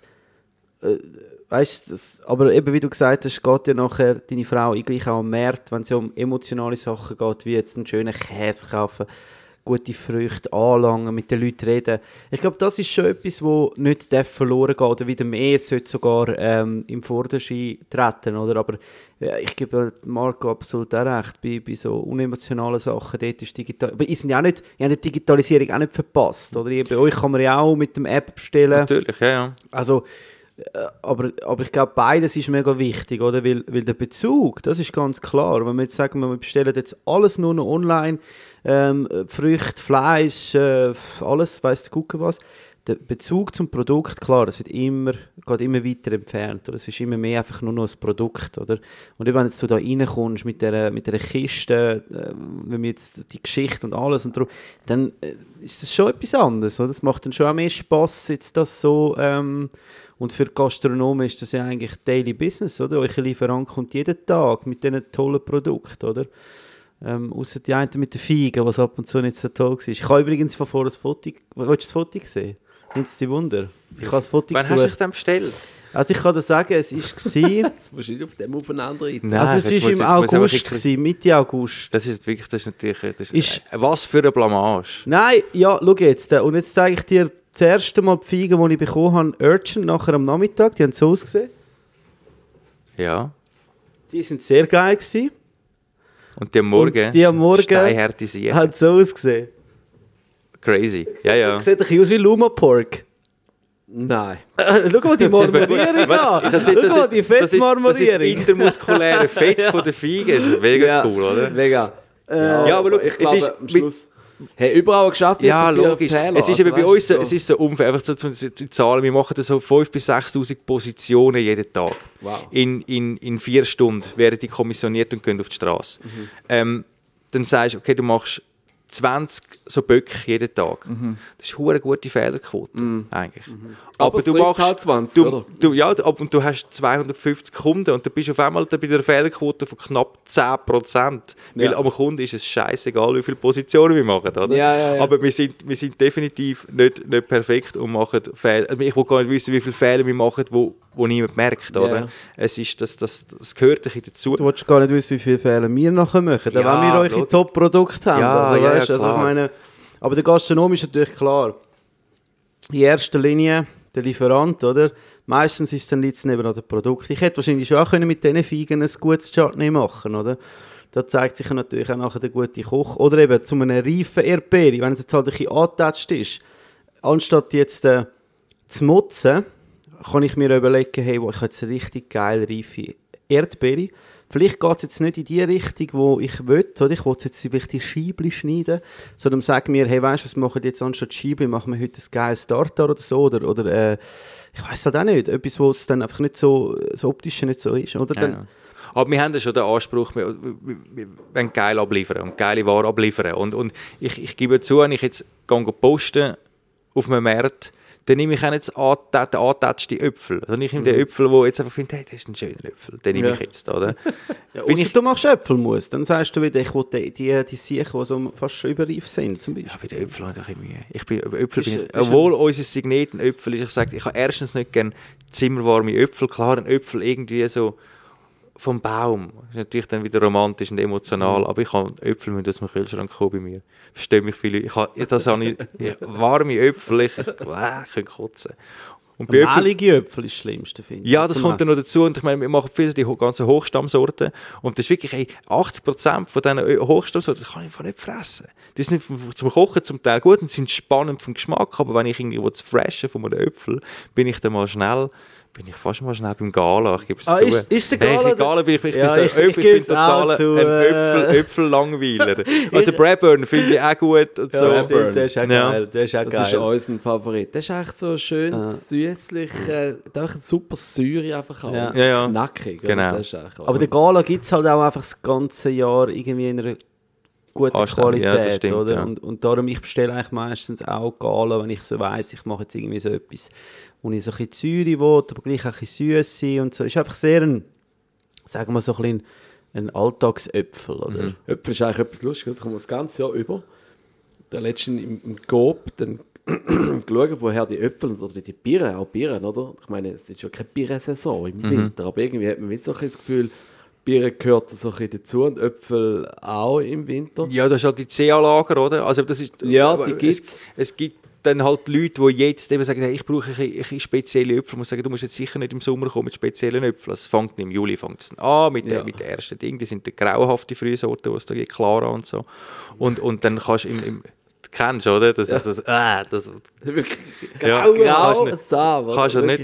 weißt du, aber eben wie du gesagt hast, geht ja nachher deine Frau gleich auch am Markt, wenn es ja um emotionale Sachen geht, wie jetzt einen schönen Käse kaufen, gute Früchte anlangen, mit den Leuten reden. Ich glaube, das ist schon etwas, das nicht verloren geht oder wieder mehr sollte sogar im Vorderschein treten, oder? Aber ich gebe Marco absolut auch recht, bei so unemotionalen Sachen, dort ist digital. Aber ihr habt die Digitalisierung auch nicht verpasst, oder? Bei euch kann man ja auch mit dem App bestellen. Natürlich, ja. Also, aber ich glaube, beides ist mega wichtig, oder? Weil der Bezug, das ist ganz klar. Wenn wir jetzt sagen, wir bestellen jetzt alles nur noch online, Früchte, Fleisch, alles, weiss der Gucke was. Der Bezug zum Produkt, klar, das geht immer weiter entfernt. Oder? Es ist immer mehr einfach nur noch ein Produkt. Oder? Und wenn jetzt du da reinkommst mit dieser Kiste, wenn wir jetzt die Geschichte und alles und darum, dann ist das schon etwas anderes. Oder? Das macht dann schon auch mehr Spass, jetzt das so. Und für Gastronomen ist das ja eigentlich Daily Business, oder? Euer Lieferant kommt jeden Tag mit diesen tollen Produkten, oder? Ausser die einen mit den Feigen, was ab und zu nicht so toll war. Ich habe übrigens von vorher ein Foto... Willst du das Foto sehen? Nimmt es dich Wunder? Ich habe das Foto Wann hast du es denn bestellt? Also ich kann dir sagen, es war... Jetzt musst du nicht auf dem aufeinander reiten. Nein, also es war im August, Mitte August. Das ist natürlich... was für eine Blamage. Nein, ja, schau jetzt. Und jetzt zeige ich dir das erste Mal die Feigen, die ich bekommen habe, Urgent, nachher am Nachmittag. Die haben so ausgesehen. Ja. Die sind sehr geil gewesen. Und die am Morgen steinhärtisiert. Hat so ausgesehen. Crazy. Ja. Sieht ein bisschen aus wie Luma Pork. Nein. Schau mal die Marmorierung an. Schau mal die Fettmarmorierung. Das ist das intermuskuläre Fett von der Feige. Das ist mega cool, oder? Mega. Ja, aber schau, es ist am Schluss... Hey, überall geschafft, ja, logisch. Fehler. Es ist eben bei uns so, es ist so unfair, einfach so die Zahlen, wir machen so 5.000 bis 6.000 Positionen jeden Tag. Wow. In 4 Stunden werden die kommissioniert und gehen auf die Straße. Dann sagst du, okay, du machst 20 so Böcke jeden Tag. Das ist eine gute Fehlerquote, eigentlich. Aber du machst halt 20, oder? Und du hast 250 Kunden und du bist auf einmal bei der Fehlerquote von knapp 10%. Weil am Kunden ist es scheißegal, wie viele Positionen wir machen, oder? Ja. Aber wir sind definitiv nicht perfekt und machen Fehler. Ich will gar nicht wissen, wie viele Fehler wir machen, wo niemand merkt, oder? Ja. Es ist, das gehört ein bisschen dazu. Du willst gar nicht wissen, wie viele Fehler wir nachher machen, wenn wir eure Top-Produkte haben. Ja, also ich meine, aber der Gastronom ist natürlich klar. In erster Linie der Lieferant, oder? Meistens ist es dann liegt es neben an dem Produkt. Ich hätte wahrscheinlich schon auch mit diesen Feigen ein gutes Chutney machen, oder? Da zeigt sich natürlich auch nachher der gute Koch. Oder eben zu einem reifen Erdbeere, wenn es jetzt halt ein bisschen angetatscht ist. Anstatt jetzt zu motzen, kann ich mir überlegen, hey, ich habe jetzt richtig geil reife Erdbeere. Vielleicht geht es jetzt nicht in die Richtung, wo ich will, oder ich will jetzt vielleicht die Scheibli schneiden, sondern sagen wir, hey, weißt du, was machen wir jetzt anstatt Scheibli, machen wir heute ein geiles Tartar oder so, oder ich weiss halt auch nicht, etwas, wo es dann einfach nicht so, das Optische nicht so ist, oder? Dann, aber wir haben ja schon den Anspruch, wir wollen geil abliefern und geile Ware abliefern. Und ich gebe zu, wenn ich jetzt posten auf einem Markt, dann nehme ich auch nicht den angetatschten Äpfel. Also ich nehme den Äpfel, wo jetzt einfach finde, hey, das ist ein schöner Äpfel, den nehme ich jetzt. Oder? Ja, ausser du machst Äpfelmus, dann sagst du wieder, ich will die Siechen, die so fast schon überreif sind, zum Beispiel. Ja, bei den Äpfeln habe ich ein bisschen Mühe. Obwohl unser Signet ein Äpfel ist, ich sage, ich habe erstens nicht gerne zimmerwarme Äpfel. Klar, ein Äpfel irgendwie so vom Baum. Das ist natürlich dann wieder romantisch und emotional, aber ich habe Äpfel mit aus dem Kühlschrank kommen bei mir. Verstehe mich viele. Warme Äpfel, ich kann kotzen. Und bei mehlige Äpfel ist das Schlimmste, finde ich. Ja, das kommt dann noch dazu. Und ich meine, wir machen viele die ganzen Hochstammsorten. Und das ist wirklich, 80% von diesen Hochstammsorten, das kann ich einfach nicht fressen. Die sind zum Kochen zum Teil gut und sind spannend vom Geschmack. Aber wenn ich irgendwo zu freshen von einem Äpfel, bin ich fast mal schnell beim Gala. Ich gebe es zu. Ist der Gala? Hey, Gala bin ich bin total ein Äpfel-Langweiler. Also Bradburn finde ich auch gut. Und so. Stimmt, der ist auch geil. Das ist unser Favorit. Das ist eigentlich so schön süßlich, da ein super Säure einfach auch. Ja. Knackig. Genau. Aber der Gala gibt es halt auch einfach das ganze Jahr irgendwie in einer guten Qualität. Ja, das stimmt, oder? Ja. Und darum, ich bestelle eigentlich meistens auch Gala, wenn ich so weiss, ich mache jetzt irgendwie so etwas, wo ich so ein bisschen Säure will, aber gleich auch ein bisschen Süße und so. Ist einfach sehr sagen wir so ein Alltagsöpfel, oder? Äpfel ist eigentlich etwas Lustiges, das kommt das ganze Jahr über. Der letzten im Coop dann schauen, woher die Äpfel oder die Birnen, auch Birnen, oder? Ich meine, es ist ja keine Birnensaison im Winter, aber irgendwie hat man so ein das Gefühl, Birnen gehört so ein bisschen dazu und Äpfel auch im Winter. Ja, das ist halt die CA-Lager, oder? Also das ist, ja, die gibt's. Es gibt dann halt Leute, die jetzt eben sagen, hey, ich brauche ein spezielle Äpfel. Ich muss sagen, du musst jetzt sicher nicht im Sommer kommen mit speziellen Äpfeln. Es fängt im Juli an mit den ersten Dingen. Die sind die grauenhafte Frühsorten, die es da gibt, Clara und so. Und dann kannst du kennst du, oder? Das wirklich grau Samen.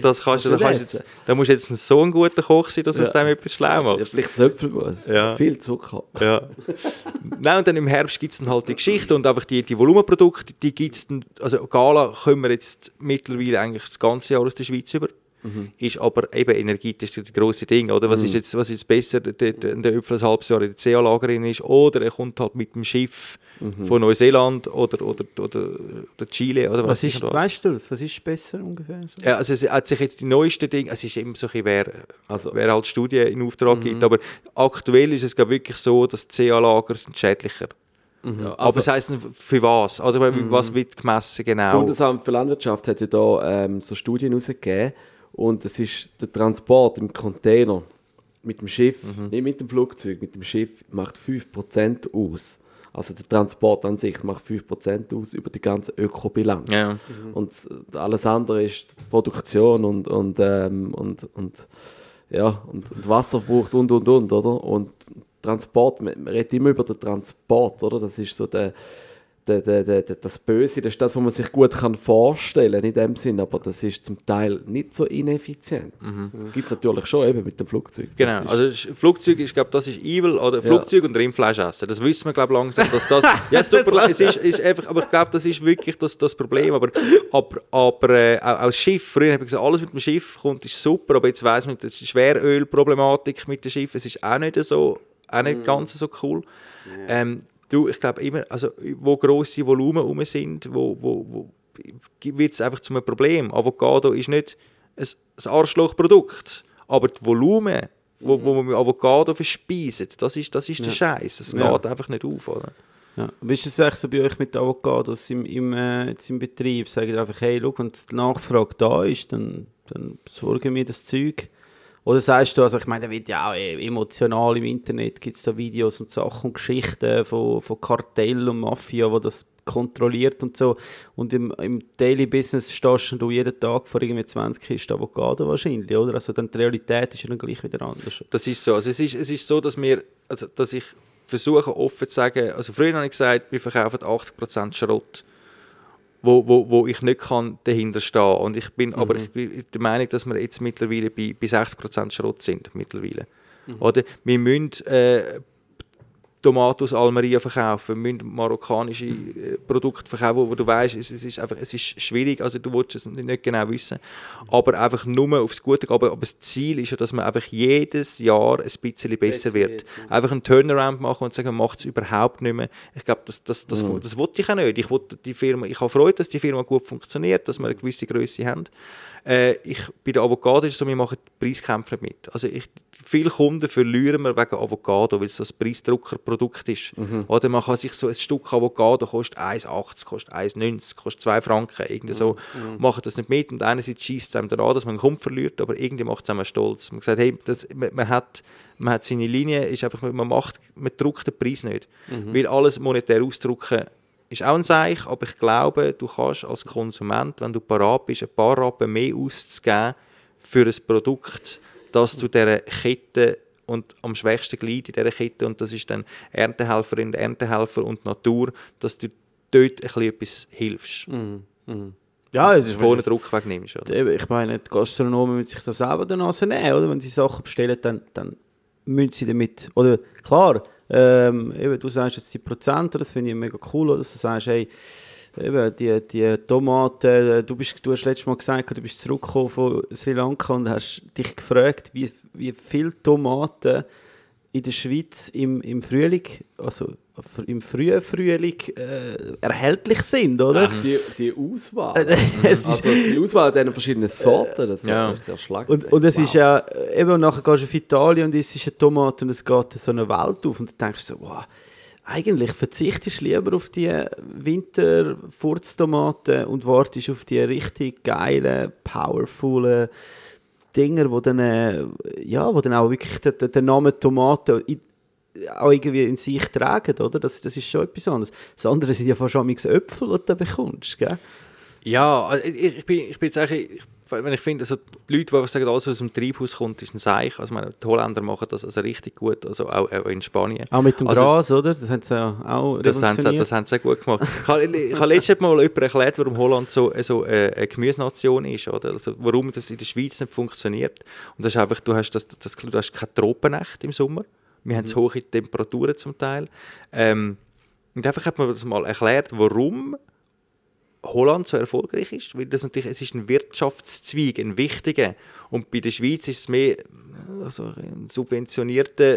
Da musst du jetzt so ein guter Koch sein, dass du aus dem etwas schlau machst. Ja, vielleicht Äpfelmus. Ja. Viel Zucker. Ja. Nein, und dann im Herbst gibt es dann halt die Geschichte und einfach die Volumenprodukte, die gibt es dann, also Gala können wir jetzt mittlerweile eigentlich das ganze Jahr aus der Schweiz über. Ist aber eben energetisch das grosse Ding, oder? Was ist jetzt besser, der Äpfel ein halbes Jahr in der CA-Lagerin ist, oder er kommt halt mit dem Schiff von Neuseeland oder Chile, oder was ist das? Weißt du das? Was ist besser ungefähr? So? Ja, also es hat sich jetzt die neuesten Dinge, es ist immer so ein bisschen, wer halt Studien in Auftrag gibt, aber aktuell ist es wirklich so, dass CA-Lager sind schädlicher. Ja, aber das heisst, für was? Oder was wird gemessen genau? Das Bundesamt für Landwirtschaft hat ja da so Studien herausgegeben. Und es ist der Transport im Container mit dem Schiff, nicht mit dem Flugzeug, mit dem Schiff macht 5% aus. Also der Transport an sich macht 5% aus über die ganze Ökobilanz. Ja. Und alles andere ist Produktion und Wasserverbrauch und, oder? Und Transport, man redet immer über den Transport, oder? Das ist so das Böse, das ist das, was man sich gut vorstellen kann in dem Sinn, aber das ist zum Teil nicht so ineffizient. Gibt es natürlich schon eben mit dem Flugzeug. Genau, also Flugzeug ist, glaube das ist evil, oder Flugzeug und Rindfleisch essen. Das wissen wir, glaube ich, langsam, dass das... ja, es ist einfach, aber ich glaube, das ist wirklich das Problem. Aber auch das Schiff, früher habe ich gesagt, alles mit dem Schiff kommt, ist super, aber jetzt weiss man, die Schwerölproblematik mit dem Schiff, es ist auch nicht ganz so cool. Ich glaube immer, also wo grosse Volumen rum sind, wo wird es einfach zu einem Problem. Avocado ist nicht ein Arschlochprodukt, aber das Volumen, wo man mit Avocado verspeist, das ist der Scheiß. Es geht einfach nicht auf, oder? Ja. Wie ist es eigentlich so bei euch mit Avocados im Betrieb? Sagt ihr einfach, hey, schau, wenn die Nachfrage da ist, dann besorgen wir das Zeug. Oder sagst du, also ich meine, da wird ja auch emotional im Internet, gibt es da Videos und Sachen und Geschichten von Kartell und Mafia, die das kontrolliert und so. Und im Daily Business stehst du jeden Tag vor irgendwie 20 Kisten Avocado wahrscheinlich, oder? Also dann die Realität ist ja dann gleich wieder anders. Das ist so. Also es ist so, dass ich versuche offen zu sagen, also früher habe ich gesagt, wir verkaufen 80% Schrott, wo ich nicht dahinter stehen kann. Und ich bin aber der Meinung, dass wir jetzt mittlerweile bei 60% Schrott sind. Mittlerweile. Oder? Wir müssen Tomaten aus Almeria verkaufen, wir müssen marokkanische Produkte verkaufen, wo du weißt, es ist schwierig, also du willst es nicht genau wissen, aber einfach nur aufs Gute gehen. Aber das Ziel ist ja, dass man einfach jedes Jahr ein bisschen besser wird. Einfach einen Turnaround machen und sagen, macht es überhaupt nicht mehr. Ich glaube, das wollte ich auch nicht. Ich habe Freude, dass die Firma gut funktioniert, dass wir eine gewisse Größe haben. Bei der Avocado ist es so, wir machen Preiskämpfe nicht mit. Also viele Kunden verlieren wir wegen Avocado, weil es so ein Preisdruckerprodukt ist. Oder man kann sich so ein Stück Avocado kostet 1,80, kostet 1,90, kostet 2 Franken, irgendwie so. Machen das nicht mit und einerseits schießt es einem daran, dass man einen Kunden verliert, aber irgendwie macht es einem stolz. Man sagt, hey, man hat seine Linie, ist einfach, man druckt den Preis nicht. Weil alles monetär ausdrucken ist auch ein Seich, aber ich glaube, du kannst als Konsument, wenn du parat bist, ein paar Rappen mehr auszugeben für ein Produkt, das zu dieser Kette und am schwächsten Glied in dieser Kette, und das ist dann Erntehelferin, Erntehelfer und Natur, dass du dort ein bisschen etwas hilfst. Ja, es ist vorne Druck wegnimmst. Oder? Ich meine, die Gastronomen müssen sich das selber dann nehmen, oder? Wenn sie Sachen bestellen, dann müssen sie damit, oder klar, eben, du sagst jetzt die Prozente, das finde ich mega cool, oder? Dass du sagst, hey, eben, die Tomaten, du hast letztes Mal gesagt, du bist zurückgekommen von Sri Lanka und hast dich gefragt, wie viele Tomaten in der Schweiz im Frühling, also im frühen Frühling erhältlich sind, oder? Die Auswahl. Die Auswahl an diesen verschiedenen Sorten, das ist wirklich erschlagend. Und es ist ja, eben nachher gehst du auf Italien und es ist eine Tomate und es geht so eine Welt auf und du denkst so, wow, eigentlich verzichtest du lieber auf die Winterfurztomaten und wartest auf die richtig geilen, powervollen Dinger, wo dann auch wirklich den Namen Tomate auch irgendwie in sich tragen, oder? Das ist schon etwas anderes. Das andere sind ja fast Äpfel, die du bekommst, gell? Ja, ich bin jetzt eigentlich, wenn ich finde, also die Leute, die sagen, alles, was aus dem Treibhaus kommt, ist ein Seich. Also meine, die Holländer machen das also richtig gut, also auch in Spanien. Auch mit dem Gras, oder? Das haben sie ja auch revolutioniert. Das haben sie auch gut gemacht. Ich habe letztes Mal jemand erklärt, warum Holland so eine Gemüsenation ist, oder? Also warum das in der Schweiz nicht funktioniert. Und das ist einfach, du hast keine Tropennächte im Sommer. Wir haben zu hohe Temperaturen zum Teil. Und einfach hat man das mal erklärt, warum Holland so erfolgreich ist, weil das natürlich, es ist ein Wirtschaftszweig, ein wichtiger. Und bei der Schweiz ist es mehr ein subventionierter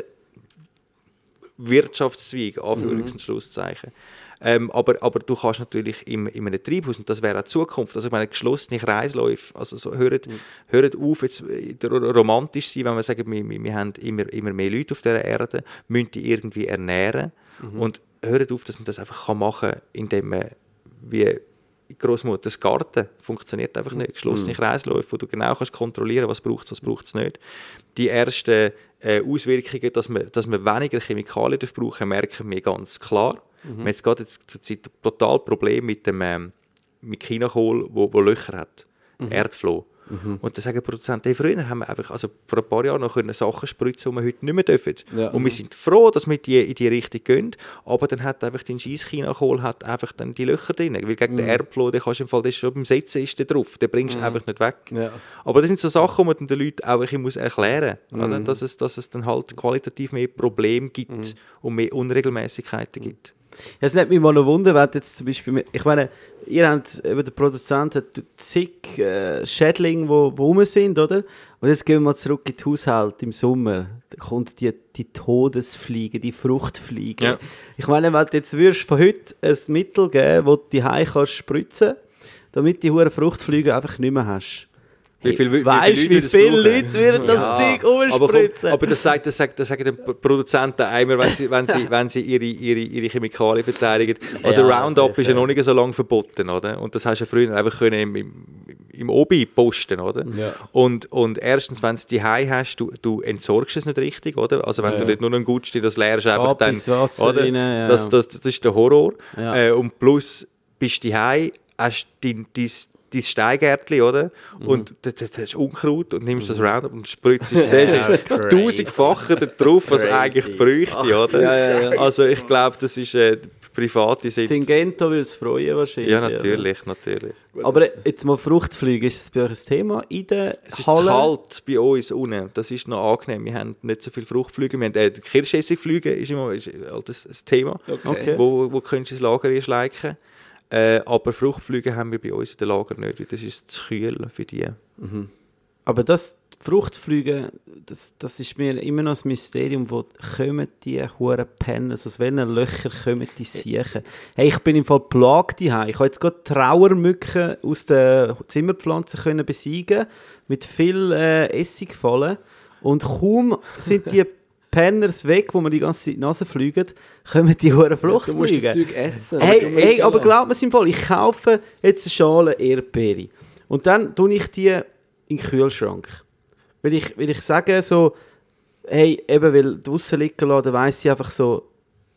Wirtschaftszweig, Anführungs- und Schlusszeichen. Aber du kannst natürlich in einem Treibhaus, und das wäre auch die Zukunft, also ich meine, geschlossene Kreisläufe, also so, hört auf, jetzt romantisch sein, wenn wir sagen, wir haben immer mehr Leute auf dieser Erde, müssen die irgendwie ernähren, und hört auf, dass man das einfach machen kann, indem man wie Großmutters Garten funktioniert einfach nicht. Geschlossene Kreisläufe, wo du genau kannst kontrollieren, was braucht es nicht. Die ersten Auswirkungen, dass wir weniger Chemikalien brauchen, merken wir ganz klar. Wir haben jetzt gerade zurzeit total Problem mit Chinakohl, wo Löcher hat, Erdfloh. Und dann sagen Produzenten, hey, früher haben wir einfach, also vor ein paar Jahren noch Sachen spritzen, die wir heute nicht mehr dürfen. Ja. Und wir sind froh, dass wir in die Richtung gehen, aber dann hat einfach dein scheiß Chinakohl einfach dann die Löcher drin. Weil gegen den Erdfloh, den kannst du im Fall, das schon beim Setzen ist der drauf, den bringst du einfach nicht weg. Ja. Aber das sind so Sachen, die man den Leuten auch erklären muss, dass es dann halt qualitativ mehr Probleme gibt und mehr Unregelmäßigkeiten gibt. Es nimmt mich mal noch Wunder, wenn jetzt zum Beispiel, ich meine, ihr habt, der Produzent hat zig Schädlinge, die rum sind, oder? Und jetzt gehen wir mal zurück in den Haushalt im Sommer. Da kommt die Todesfliege, die Fruchtfliege. Ja. Ich meine, wenn du jetzt würdest von heute ein Mittel geben, das du die Heim kannst spritzen, damit die hohen Fruchtfliegen einfach nicht mehr hast. Wie viele Leute würden das Zeug umspritzen? Aber das sagen die Produzenten einmal, wenn sie ihre Chemikalien verteidigen. Also Roundup ist ja noch nicht so lange verboten, oder? Und das hast du ja früher einfach im Obi posten, oder? Ja. Und erstens, wenn du es daheim hast, du entsorgst es nicht richtig, oder? Also wenn du nicht nur einen Gutsti das leerst, einfach dann, oder? Das ist der Horror. Ja. Und plus bist du daheim, hast dein Steingärtchen, oder? Und das ist Unkraut und nimmst das Roundup und spritzt es tausendfache da drauf, was eigentlich bräuchte, oder? Ja. Also ich glaube, das ist private Sicht. Syngenta würde es freuen wahrscheinlich. Ja, natürlich. Aber jetzt mal Fruchtflüge, ist das bei euch ein Thema in der Es ist Halle? zu kalt bei uns unten. Das ist noch angenehm. Wir haben nicht so viele Fruchtflüge. Wir haben Kirschessigflüge ist immer ein Thema, Okay. wo könntest du ins Lager einschleichen. Aber Fruchtflüge haben wir bei uns in den Lager nicht, weil das ist zu kühl für die. Aber das Fruchtflüge, das ist mir immer noch ein Mysterium, wo kommen die huren Penner, also aus welchen Löchern kommen die Siechen? Hey, ich bin im Fall plagt daheim. Ich habe jetzt gerade Trauermücken aus den Zimmerpflanzen können besiegen mit viel Essigfallen und kaum sind die Penners weg, wo man die ganze Zeit in die Nase fliegen, kommen die huren Du musst Fruchtflüge. das Zeug essen. Hey, aber glaub mir im Fall, ich kaufe jetzt eine Schale Erdbeere und dann tue ich die in den Kühlschrank. Weil ich sage so, hey, eben weil draussen liegen lassen, dann weiss ich einfach so,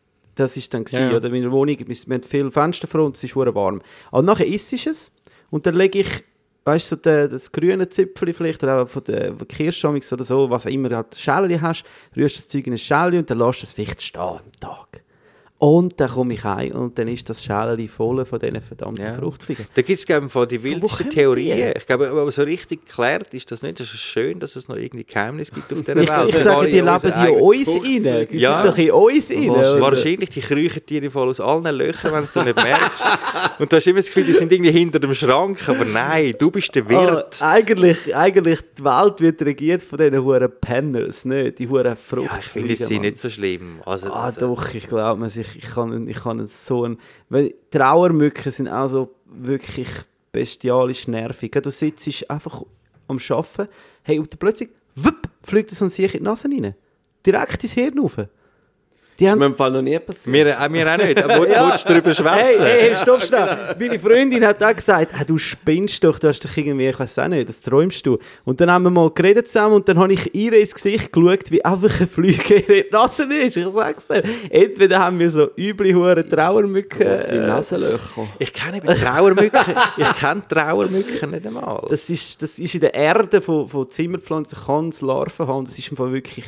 das ist dann gewesen, Ja. oder in meiner Wohnung, wir haben viele Fenster vor und es ist verdammt warm. Aber nachher isst es und dann lege ich, weißt du, so das grüne Zipfel vielleicht, oder auch von der Kirschamix oder so, was auch immer du halt Schälchen hast, rührst das Zeug in ein Schälchen und dann lässt du es vielleicht stehen am Tag. Und dann komme ich heim und dann ist das Schälchen voll von diesen verdammten Fruchtfliegen. Da gibt es, glaube ich, die wildesten kommen Theorien. die? Ich glaube, aber so richtig geklärt ist das nicht. Es ist schön, dass es noch irgendwie Geheimnisse gibt auf dieser Welt. Ich sage, die leben in uns rein. Die Ja. sind doch in uns rein. oder? Wahrscheinlich, die kriechen dir voll aus allen Löchern, wenn du es nicht merkst. Und du hast immer das Gefühl, die sind irgendwie hinter dem Schrank. Aber nein, du bist der Wirt. Eigentlich, die Welt wird regiert von diesen huren Penners, nicht? Die huren Ja, ich finde, Fruchtfliegen. sie sind Mann. nicht so schlimm. Also, Doch, ich glaube mir, ich kann so ein... Weil Trauermücken sind auch so wirklich bestialisch nervig. Du sitzt einfach am Arbeiten, hey, und dann plötzlich, wupp, fliegt so ein Siech in die Nase rein. Direkt ins Hirn rauf. Die Das ist haben mir im Fall noch nie passiert. wir auch nicht. Aber willst du darüber schwätzen? Hey, stopp schnell. Meine Freundin hat auch gesagt, du spinnst doch, du hast doch irgendwie, ich weiß auch nicht, das träumst du. Und dann haben wir mal geredet zusammen und dann habe ich ihr ins Gesicht geschaut, wie einfach ein Flüge in die Nase ist. Ich sag's dir. Entweder haben wir so üble Huren Trauermücken. Das sind Nasenlöcher. Ich kenne Trauermücken. Ich kenne Trauermücken nicht einmal. Das ist in der Erde von Zimmerpflanzen, kann es Larven haben. Das ist im Fall wirklich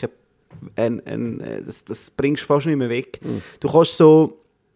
das bringst du fast nicht mehr weg. Du kannst so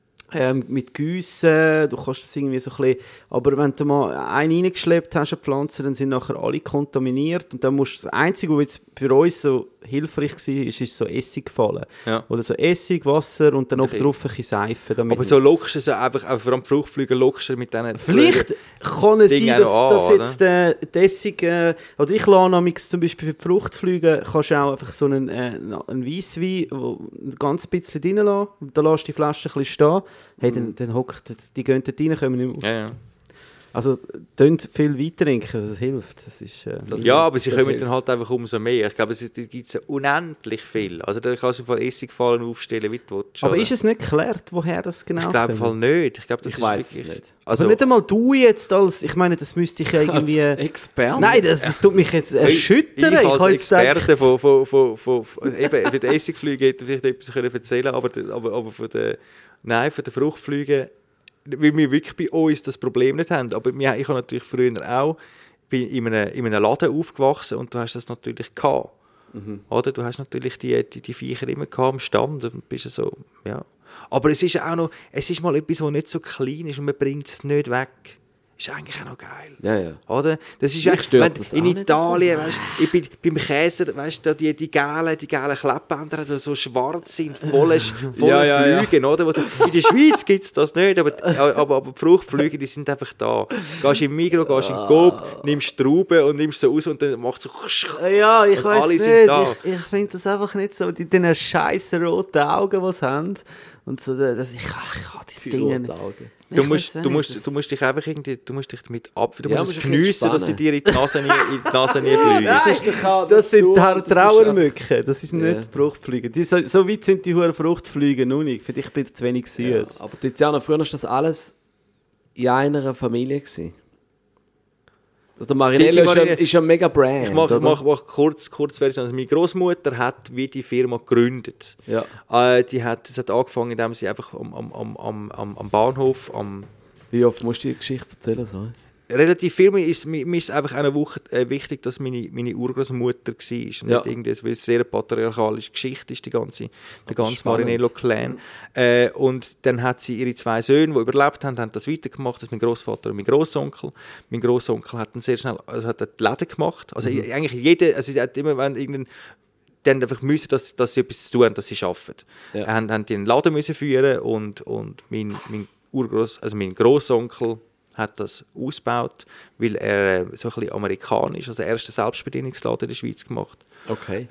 mit Güssen, du kannst das irgendwie so ein bisschen, aber wenn du mal einen reingeschleppt hast, eine Pflanze, dann sind nachher alle kontaminiert und dann musst du, das Einzige, was jetzt für uns so hilfreich war, ist so Essig gefallen. Ja. Oder so Essig, Wasser und dann oben drauf ein bisschen Seife. Damit Aber so lockst du es einfach, auch vor allem Fruchtflüge lockst du mit diesen vielleicht kann es sein, Dinge dass, auch dass an, jetzt der Essig, oder ich lade amigs zum Beispiel für die Fruchtflüge, kannst du auch einfach so einen Weisswein, wo ein ganz bisschen drin lassen, und dann lässt du die Flasche ein bisschen stehen, hey, dann hockt, die gehen dort rein, kommen nicht mehr raus. Ja. Also, tönt viel weiter trinken, das hilft. Das ist, Ja, aber sie das kommen hilft. dann halt einfach umso mehr. Ich glaube, es gibt ja unendlich viel. Also da kannst du von Essigfallen aufstellen, wie du willst. aber oder? ist es nicht geklärt, woher das genau Ich glaube im kommt? Fall nicht. Ich glaube, das Ich ist weiss es wirklich... nicht. Also, aber nicht einmal du jetzt als, ich meine, das müsste ich ja irgendwie... Experte? Nein, das tut mich jetzt erschüttern. Ich habe als jetzt Experte gedacht- von eben, für die Essigflüge hätte ich vielleicht etwas können erzählen, aber von den Fruchtflügen, weil wir wirklich bei uns das Problem nicht haben. Aber ich habe natürlich früher auch, bin in einem Laden aufgewachsen und du hast das natürlich gehabt. Oder? Du hast natürlich die Viecher immer gehabt am Stand und bist so, ja. Aber es ist auch noch, es ist mal etwas, das nicht so klein ist und man bringt es nicht weg. Ist eigentlich auch noch geil. Ja. Oder? Das ist Mich stört wenn, das in auch nicht Italien, so. weißt, ich bin beim Käse, weißt du, die gelben Klebbänder, die so schwarz sind, voller Ja. Flüge, oder? In der Schweiz gibt es das nicht, aber die Fruchtflüge, die sind einfach da. Gehst im Migros, gehst in Coop, nimmst Trauben und nimmst sie aus und dann macht es so... Ja, ich und weiß alle nicht. sind da. Ich finde das einfach nicht so. Die scheiß roten Augen, die sie haben. Und so, ich habe die Dinge nicht. Augen. Du Ich musst, weiss du, nicht, musst, das- du musst dich einfach irgendwie, du musst dich damit du Ja, musst es musst ein bisschen geniessen, dass die entspannen. dir in die Nase nie fliegen. Das sind du, die Trauermücken, das ist Ja. nicht Fruchtfliegen. So weit sind die hohen Fruchtfliegen noch nicht. Für dich bin ich zu wenig Ja. süß. Aber Tiziana, früher war das alles in einer Familie gewesen. Der Marinello ist ja ein mega Brand. Ich mache oder? kurz Version. Also meine Großmutter hat wie die Firma gegründet. Ja. Das hat angefangen, indem sie einfach am Bahnhof, Wie oft musst du die Geschichte erzählen? So? Relativ viel. Mir ist einfach eine Woche wichtig, dass meine Urgroßmutter war. Und nicht irgendwie, weil es eine sehr patriarchalische Geschichte ist, der ganze Marinello-Clan. Und dann hat sie ihre 2 Söhne, die überlebt haben das weitergemacht. Das ist mein Großvater und mein Großonkel. Mein Großonkel hat dann sehr schnell hat die Läden gemacht. Also eigentlich jeder, also sie hat immer, wenn irgendein dann einfach müssen, dass sie etwas zu tun haben, dass sie arbeiten. Ja. Haben die einen Laden müssen führen und mein Großonkel hat das ausgebaut, weil er so ein bisschen amerikanisch, also der erste Selbstbedienungsladen in der Schweiz gemacht. Okay.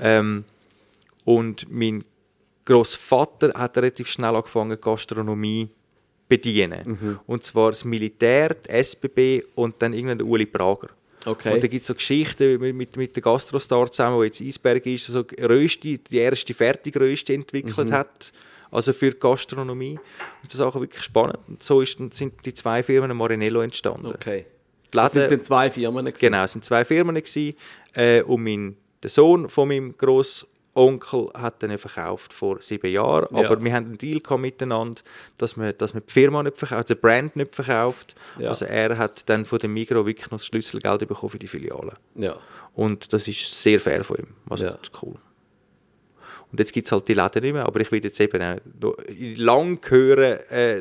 Und mein Großvater hat relativ schnell angefangen, Gastronomie zu bedienen. Und zwar das Militär, die SBB und dann irgendwann der Uli Prager. Okay. Und da gibt es so Geschichten mit der Gastrostar zusammen, wo jetzt Eisberg ist, so die erste Fertigröste entwickelt hat. Also für die Gastronomie. Und das ist auch wirklich spannend. Und so sind die 2 Firmen Marinello entstanden. Okay. Die Läden, Das sind dann 2 Firmen gewesen? Genau, es sind 2 Firmen gewesen. Und der Sohn von meinem Grossonkel hat dann verkauft vor 7 Jahren. Ja. Aber wir haben einen Deal miteinander, dass man die Firma nicht verkauft, den Brand nicht verkauft. Ja. Also er hat dann von dem Migros wirklich noch das Schlüsselgeld bekommen für die Filiale. Ja. Und das ist sehr fair von ihm. Also das ist cool. Und jetzt gibt es halt die Läden nicht mehr, aber ich will jetzt eben auch lang hören,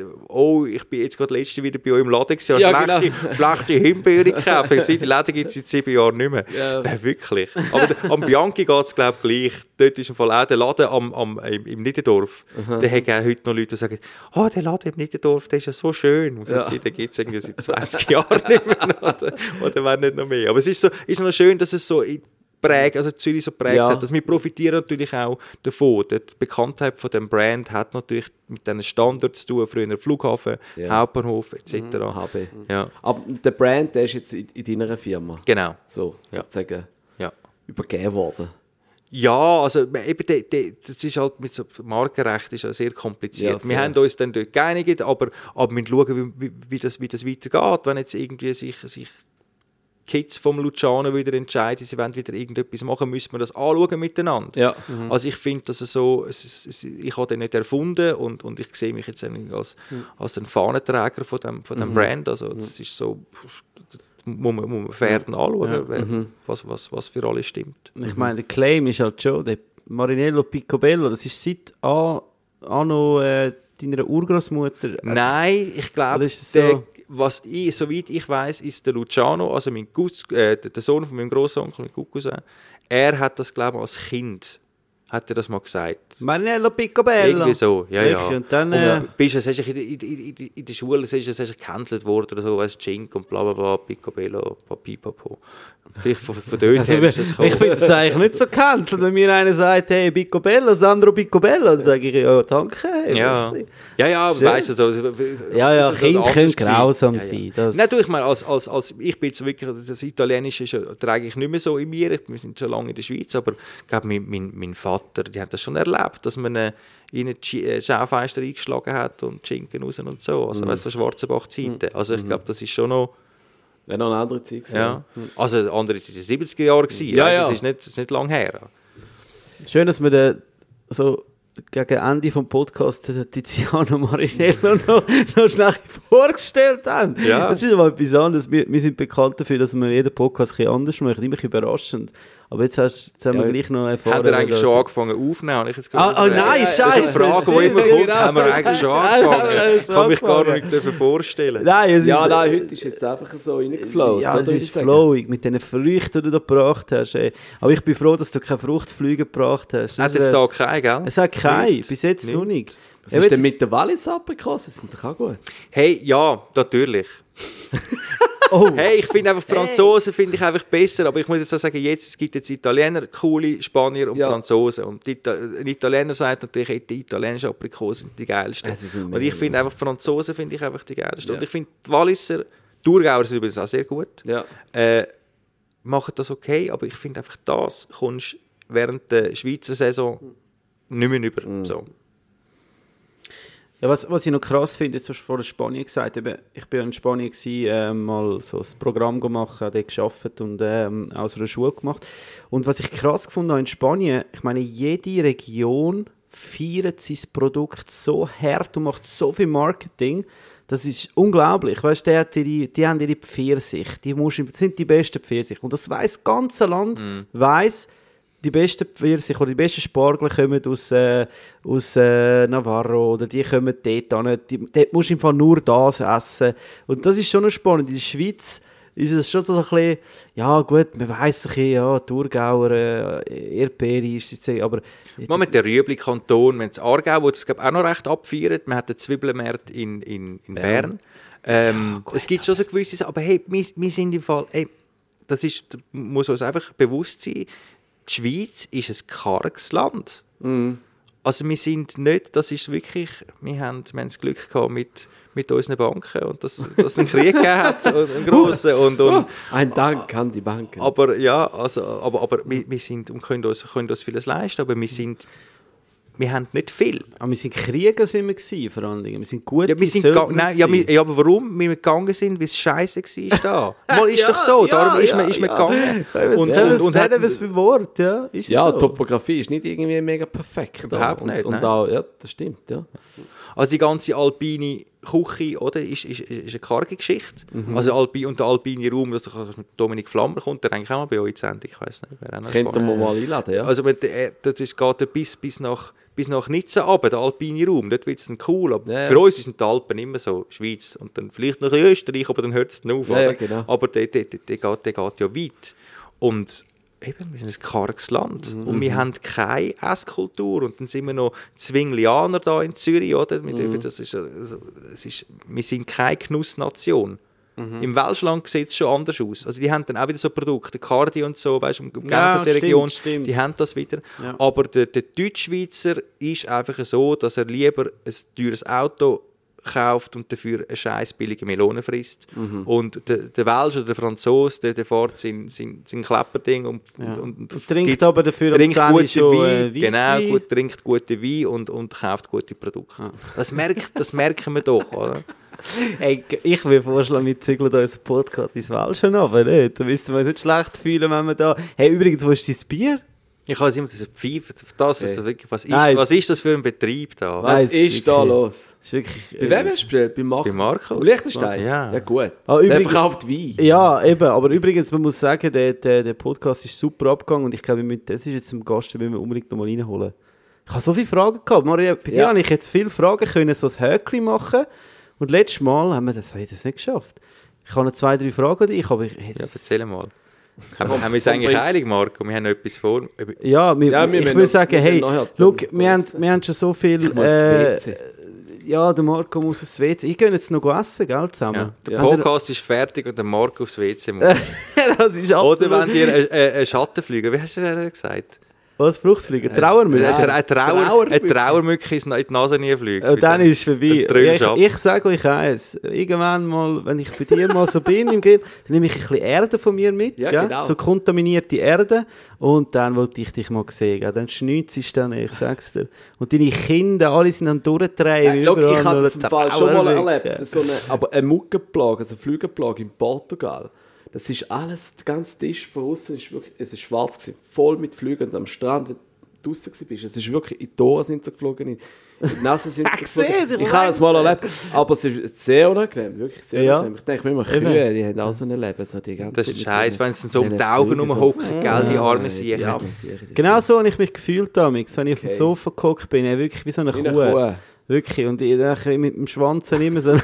ich bin jetzt gerade letzte wieder bei euch im Laden gewesen, Ja, schlechte Himbeere gekauft. Die Läden gibt es seit 7 Jahren nicht mehr. Ja. Nein, wirklich. Aber am Bianchi geht es, glaube ich, gleich. Dort ist im Fall auch der Laden im Niederdorf. Da haben auch heute noch Leute, die sagen, der Laden im Niederdorf, der ist ja so schön. Und den gibt es irgendwie seit 20 Jahren nicht mehr. Oder wenn nicht noch mehr. Aber es ist noch schön, dass es so also Zürich so prägt hat. Also wir profitieren natürlich auch davon. Die Bekanntheit von dem Brand hat natürlich mit diesen Standards zu tun, früher Flughafen, Hauptbahnhof etc. HB. Ja. Aber der Brand, der ist jetzt in deiner Firma. Genau. So, sozusagen übergeben worden. Ja, also eben, das ist halt mit so Markenrecht ist ja sehr kompliziert. Ja, wir haben uns dann dort geeinigt, aber wir müssen schauen, wie das weitergeht. Wenn jetzt irgendwie sich Kids vom Luciano wieder entscheiden, sie wollen wieder irgendetwas machen, müssen wir das anschauen miteinander. Ja. Also ich finde, dass ich habe den nicht erfunden und ich sehe mich jetzt als den Fahnenträger von dem Brand. Also das ist so, muss man fair anschauen, was für alle stimmt. Ich meine, der Claim ist halt schon, der Marinello Picobello, das ist seit anno deiner Urgroßmutter. Nein, ich glaube, soweit ich weiß, ist der Luciano, also der Sohn von meinem Großonkel, mein Cousin, er hat das, glaube ich, als Kind hat er das mal gesagt. Marinello Picobello. Irgendwie so, ja. Und dann, in der Schule hast du gecancelt worden oder so, weißt du, Chink und bla bla bla, Picobello, Papipapo. Vielleicht von dort also, her ist das ich finde es eigentlich nicht so gecancelt, wenn mir einer sagt, hey, Picobello, Sandro Picobello, dann sage ich, ja, danke. Hey, ja, weißt du, so. Ja, Kinder können grausam sein. Nein, du, ich meine, ich bin jetzt wirklich, das Italienische trage ich nicht mehr so in mir, wir sind schon lange in der Schweiz, aber ich glaube, mein Vater, die hat das schon erlebt, dass man in ein Schaufenster eingeschlagen hat und Schinken raus und so, also weißt du, so Schwarzenbach-Zeiten. Also ich glaube, das ist schon noch... Wäre noch eine andere Zeit gewesen. Ja. Also eine andere Zeit, die 70er Jahre gewesen. Ja. Das ist nicht lang her. Schön, dass wir so gegen Ende des Podcasts Tiziano Marinello noch schnell vorgestellt haben. Ja. Das ist aber etwas anderes. Wir sind bekannt dafür, dass wir jeden Podcast ein bisschen anders machen. Immer überraschend. Aber jetzt haben wir gleich noch erfahren. Hat er eigentlich schon angefangen aufzunehmen? Ich jetzt nein, Scheiße. Das ist eine Frage, die immer kommt. Haben wir eigentlich schon angefangen? Ich kann mich gar nicht vorstellen. Nein, heute ist jetzt einfach so reingeflogen. Ja, das ist flowig mit diesen Früchten, die du da gebracht hast. Ey. Aber ich bin froh, dass du keine Fruchtflüge gebracht hast. Hat es da keine, gell? Es hat keine, bis jetzt noch nicht. Was ist denn mit der Wallis-Aprikose? Das sind doch auch gut. Hey, ja, natürlich. Hey, ich finde einfach Franzosen finde ich einfach besser, aber ich muss jetzt auch sagen, es gibt jetzt Italiener, coole Spanier und Franzosen. Und ein Italiener sagt natürlich, die italienischen Aprikosen sind die geilsten. Und ich finde einfach Franzosen finde ich einfach die geilsten. Ja. Und ich finde die Walliser, Thurgauer sind übrigens auch sehr gut. Ja. Machen das okay, aber ich finde einfach, das kommst während der Schweizer Saison nicht mehr über. So. Ja, was ich noch krass finde, jetzt hast du vorhin Spanien gesagt, eben, ich war in Spanien mal so ein Programm gemacht, habe dort gearbeitet und auch so eine Schule gemacht. Und was ich krass gefunden habe in Spanien, ich meine, jede Region feiert sein Produkt so hart und macht so viel Marketing, Das ist unglaublich. Weißt, die haben ihre Pfirsich. Das sind die besten Pfirsich. Und das weiss das ganze Land. Weiss, die besten Pfirsich oder die besten Spargel kommen aus Navarro oder die kommen dort an. Dort musst du einfach nur das essen. Und das ist schon noch spannend. In der Schweiz ist es schon so ein bisschen, ja gut, man weiss ein bisschen, ja, Thurgauer, Erdbeere ist es, aber... Man mit der Rüebli-Kanton, wir haben das Aargau, wo das auch noch recht abfeiert. Man hat den Zwiebelmarkt in Bern. Es gibt schon so gewisse Sachen, aber hey, wir sind im Fall, hey, muss uns einfach bewusst sein, die Schweiz ist ein karges Land. Also wir sind nicht, das ist wirklich, wir haben das Glück gehabt mit unseren Banken und dass es einen Krieg gegeben hat, einen grossen. Ein Dank an die Banken. Aber ja, also, aber wir sind und können uns vieles leisten, aber wir haben nicht viel. Aber wir sind Krieger, sind wir gewesen, vor allen Dingen. Wir sind gute aber warum wir gegangen sind, weil es scheisse war da. Mal ist doch so, darum ist man gegangen. Und hat es beim Wort, ja. Ist ja, so. Topografie ist nicht irgendwie mega perfekt. Überhaupt nicht, und auch, ja, das stimmt, ja. Also die ganze alpine Küche, oder, ist eine karge Geschichte. Also der alpine Raum, dass Dominik Flammer kommt, der eigentlich auch mal bei euch in die Sendung, ich weiss nicht, wer auch noch könnten wir mal einladen, ja. Also das geht bis nach Nizza runter, der alpine Raum, dort wird es dann cool, aber für uns sind die Alpen immer so, Schweiz und dann vielleicht noch in Österreich, aber dann hört es dann auf. Ja, genau. Aber der geht ja weit. Und eben, wir sind ein karges Land und wir haben keine Esskultur und dann sind wir noch Zwinglianer da in Zürich, oder? Wir sind keine Genussnation. Im Welschland sieht es schon anders aus. Also die haben dann auch wieder so Produkte, Cardi und so, weißt du, Genfer Region, stimmt. die haben das wieder. Ja. Aber der Deutschschweizer ist einfach so, dass er lieber ein teures Auto kauft und dafür eine scheiß billige Melone frisst. Und der Welsch oder der Franzose, der fährt sein Klepperding und trinkt aber dafür trinkt guten schon Wein, Weisswein. genau, trinkt guten Wein und kauft gute Produkte. Das merken wir doch, oder? Hey, ich will vorschlagen, wir zügeln da unseren Podcast ins Welschen runter, nicht? Da müssten wir uns nicht schlecht fühlen, wenn wir da... Hey, übrigens, wo ist dein Bier? Ich habe immer diese Pfeife, also wirklich, was ist das für ein Betrieb da? Was ist da los? Das ist wirklich, Bei wem hast du bestellt? Bei Markus? Bei Markus. Liechtenstein? Ja. Ja gut. Ah, Der übrigens- verkauft Wein. Ja, eben, aber übrigens, man muss sagen, der Podcast ist super abgegangen und ich glaube, das ist jetzt zum Gast, den müssen wir unbedingt nochmal reinholen. Ich habe so viele Fragen gehabt. Maria, bei dir habe ich jetzt viele Fragen können, so ein Häkchen machen und letztes Mal haben wir das nicht geschafft. Ich habe noch 2-3 Fragen an dich, aber Ja, erzähl mal. Haben wir es eigentlich eilig, Marco? Wir haben noch etwas vor. Ja, ich will sagen, hey, schau, wir haben schon so viel... Ich muss ins WC. Ja, der Marco muss aufs WC. Ich gehe jetzt noch essen, gell, zusammen. Ja. Der Podcast ist fertig und der Marco aufs WC muss. Das ist absolut... Oder wenn dir ein Schattenflüger, wie hast du das gesagt? Was, Fruchtfliegen? Trauermücke? Eine Trauermücke in die Nase nie fliegt. Und dann ist es vorbei. Ja, Ich sage euch eins, irgendwann mal, wenn ich bei dir mal so bin im Grill, dann nehme ich ein bisschen Erde von mir mit, Ja, gell? genau. So kontaminierte Erde, und dann wollte ich dich mal sehen, gell? Dann schnitzest du dann, ich sag's dir. Und deine Kinder, alle sind am Durchdrehen. Schau, ich überall habe noch das im Fall schon mal Trauermücke. erlebt. Aber eine Muggenplage, also eine Flügelplage in Portugal. Das ist alles, der ganze Tisch von außen ist wirklich, es ist schwarz gewesen, voll mit Flügen. Und am Strand, wenn du draußen warst, es ist wirklich, in die Tore sind sie geflogen, in die Nase sind sie geflogen. Ich habe das mal erlebt, aber es ist sehr unangenehm, wirklich sehr unangenehm. Ich denke mir immer, Kühe, die haben auch so ein Leben. So die ganze Das ist Zeit scheiße, wenn sie so um mit die Augen Flügen rumhocken, gell, die armen Siechen. Die armen Siechen. Genau so habe ich mich gefühlt damals, wenn ich auf dem Sofa gehockt bin, wirklich wie so eine Wie Kuh. eine Kuh. Wirklich, und ich dann mit dem Schwanz immer so...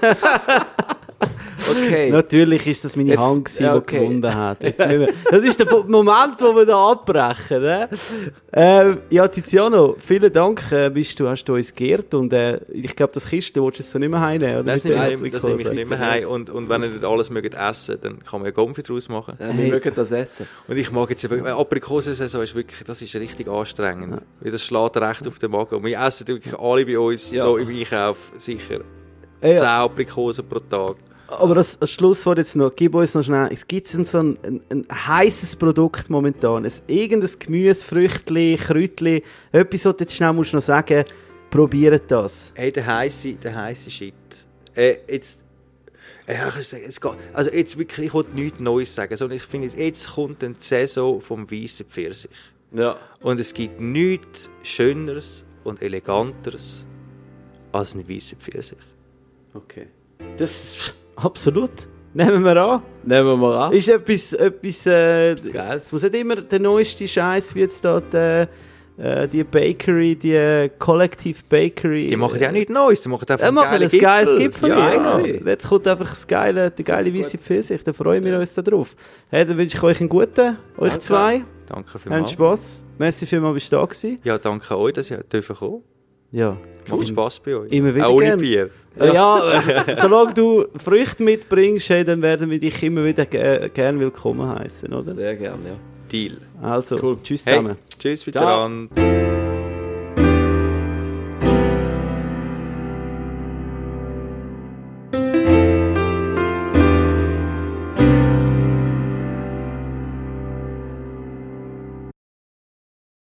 Okay. Natürlich ist das meine Jetzt- Hand, gewesen, ja, die okay. gewonnen hat. Jetzt müssen wir, das ist der Moment, wo wir da abbrechen. Ne? Ja, Tiziano, vielen Dank, hast du uns geehrt. Und ich glaube, das Kiste willst du jetzt so nicht mehr heimnehmen. Oder? Das Mit nehme der ich Aprikose. nicht mehr heim. Und wenn ihr nicht alles mögt essen, dann kann man ja Gomfi draus machen. Ja, wir mögen das essen. Und ich mag jetzt eben, Aprikosensaison ist wirklich, das ist richtig anstrengend. Weil das schlägt recht auf den Magen. Und wir essen wirklich alle bei uns so im Einkauf sicher 10 Aprikosen pro Tag. Aber das Schlusswort jetzt noch, gib uns noch schnell, es gibt so ein heisses Produkt momentan, irgendein Gemüse, Früchtli, Kräutli, etwas, was du jetzt schnell musst noch sagen, probiert das. Hey, der heisse Shit. Jetzt geht, also jetzt wirklich, ich wollte nichts Neues sagen, sondern ich finde, jetzt kommt eine Saison vom weißen Pfirsich. Ja. Und es gibt nichts Schöneres und Eleganteres als ein weißer Pfirsich. Okay. Das absolut. Nehmen wir an. Nehmen wir an. Ist etwas Geiles. was nicht immer der neueste Scheiß wie jetzt da die Bakery, die Collective Bakery. Die machen ja nichts Neues, die machen einfach machen ein geiles Gipfel. Ja. Jetzt kommt einfach die geile weisse Pfirsich. Da freuen wir uns darauf. Hey, dann wünsche ich euch einen guten, euch Danke. zwei. Danke Habt vielmals. Spass. Merci vielmals, bist du da gewesen. Ja, danke euch, dass ihr dürfen kommen. Ja. Macht Spass bei euch. Immer wieder Auch ohne gern. Bier. Ja, solange du Früchte mitbringst, hey, dann werden wir dich immer wieder gern willkommen heißen, oder? Sehr gerne, ja. Deal. Also, Cool. tschüss Hey, zusammen. tschüss Ciao. miteinander.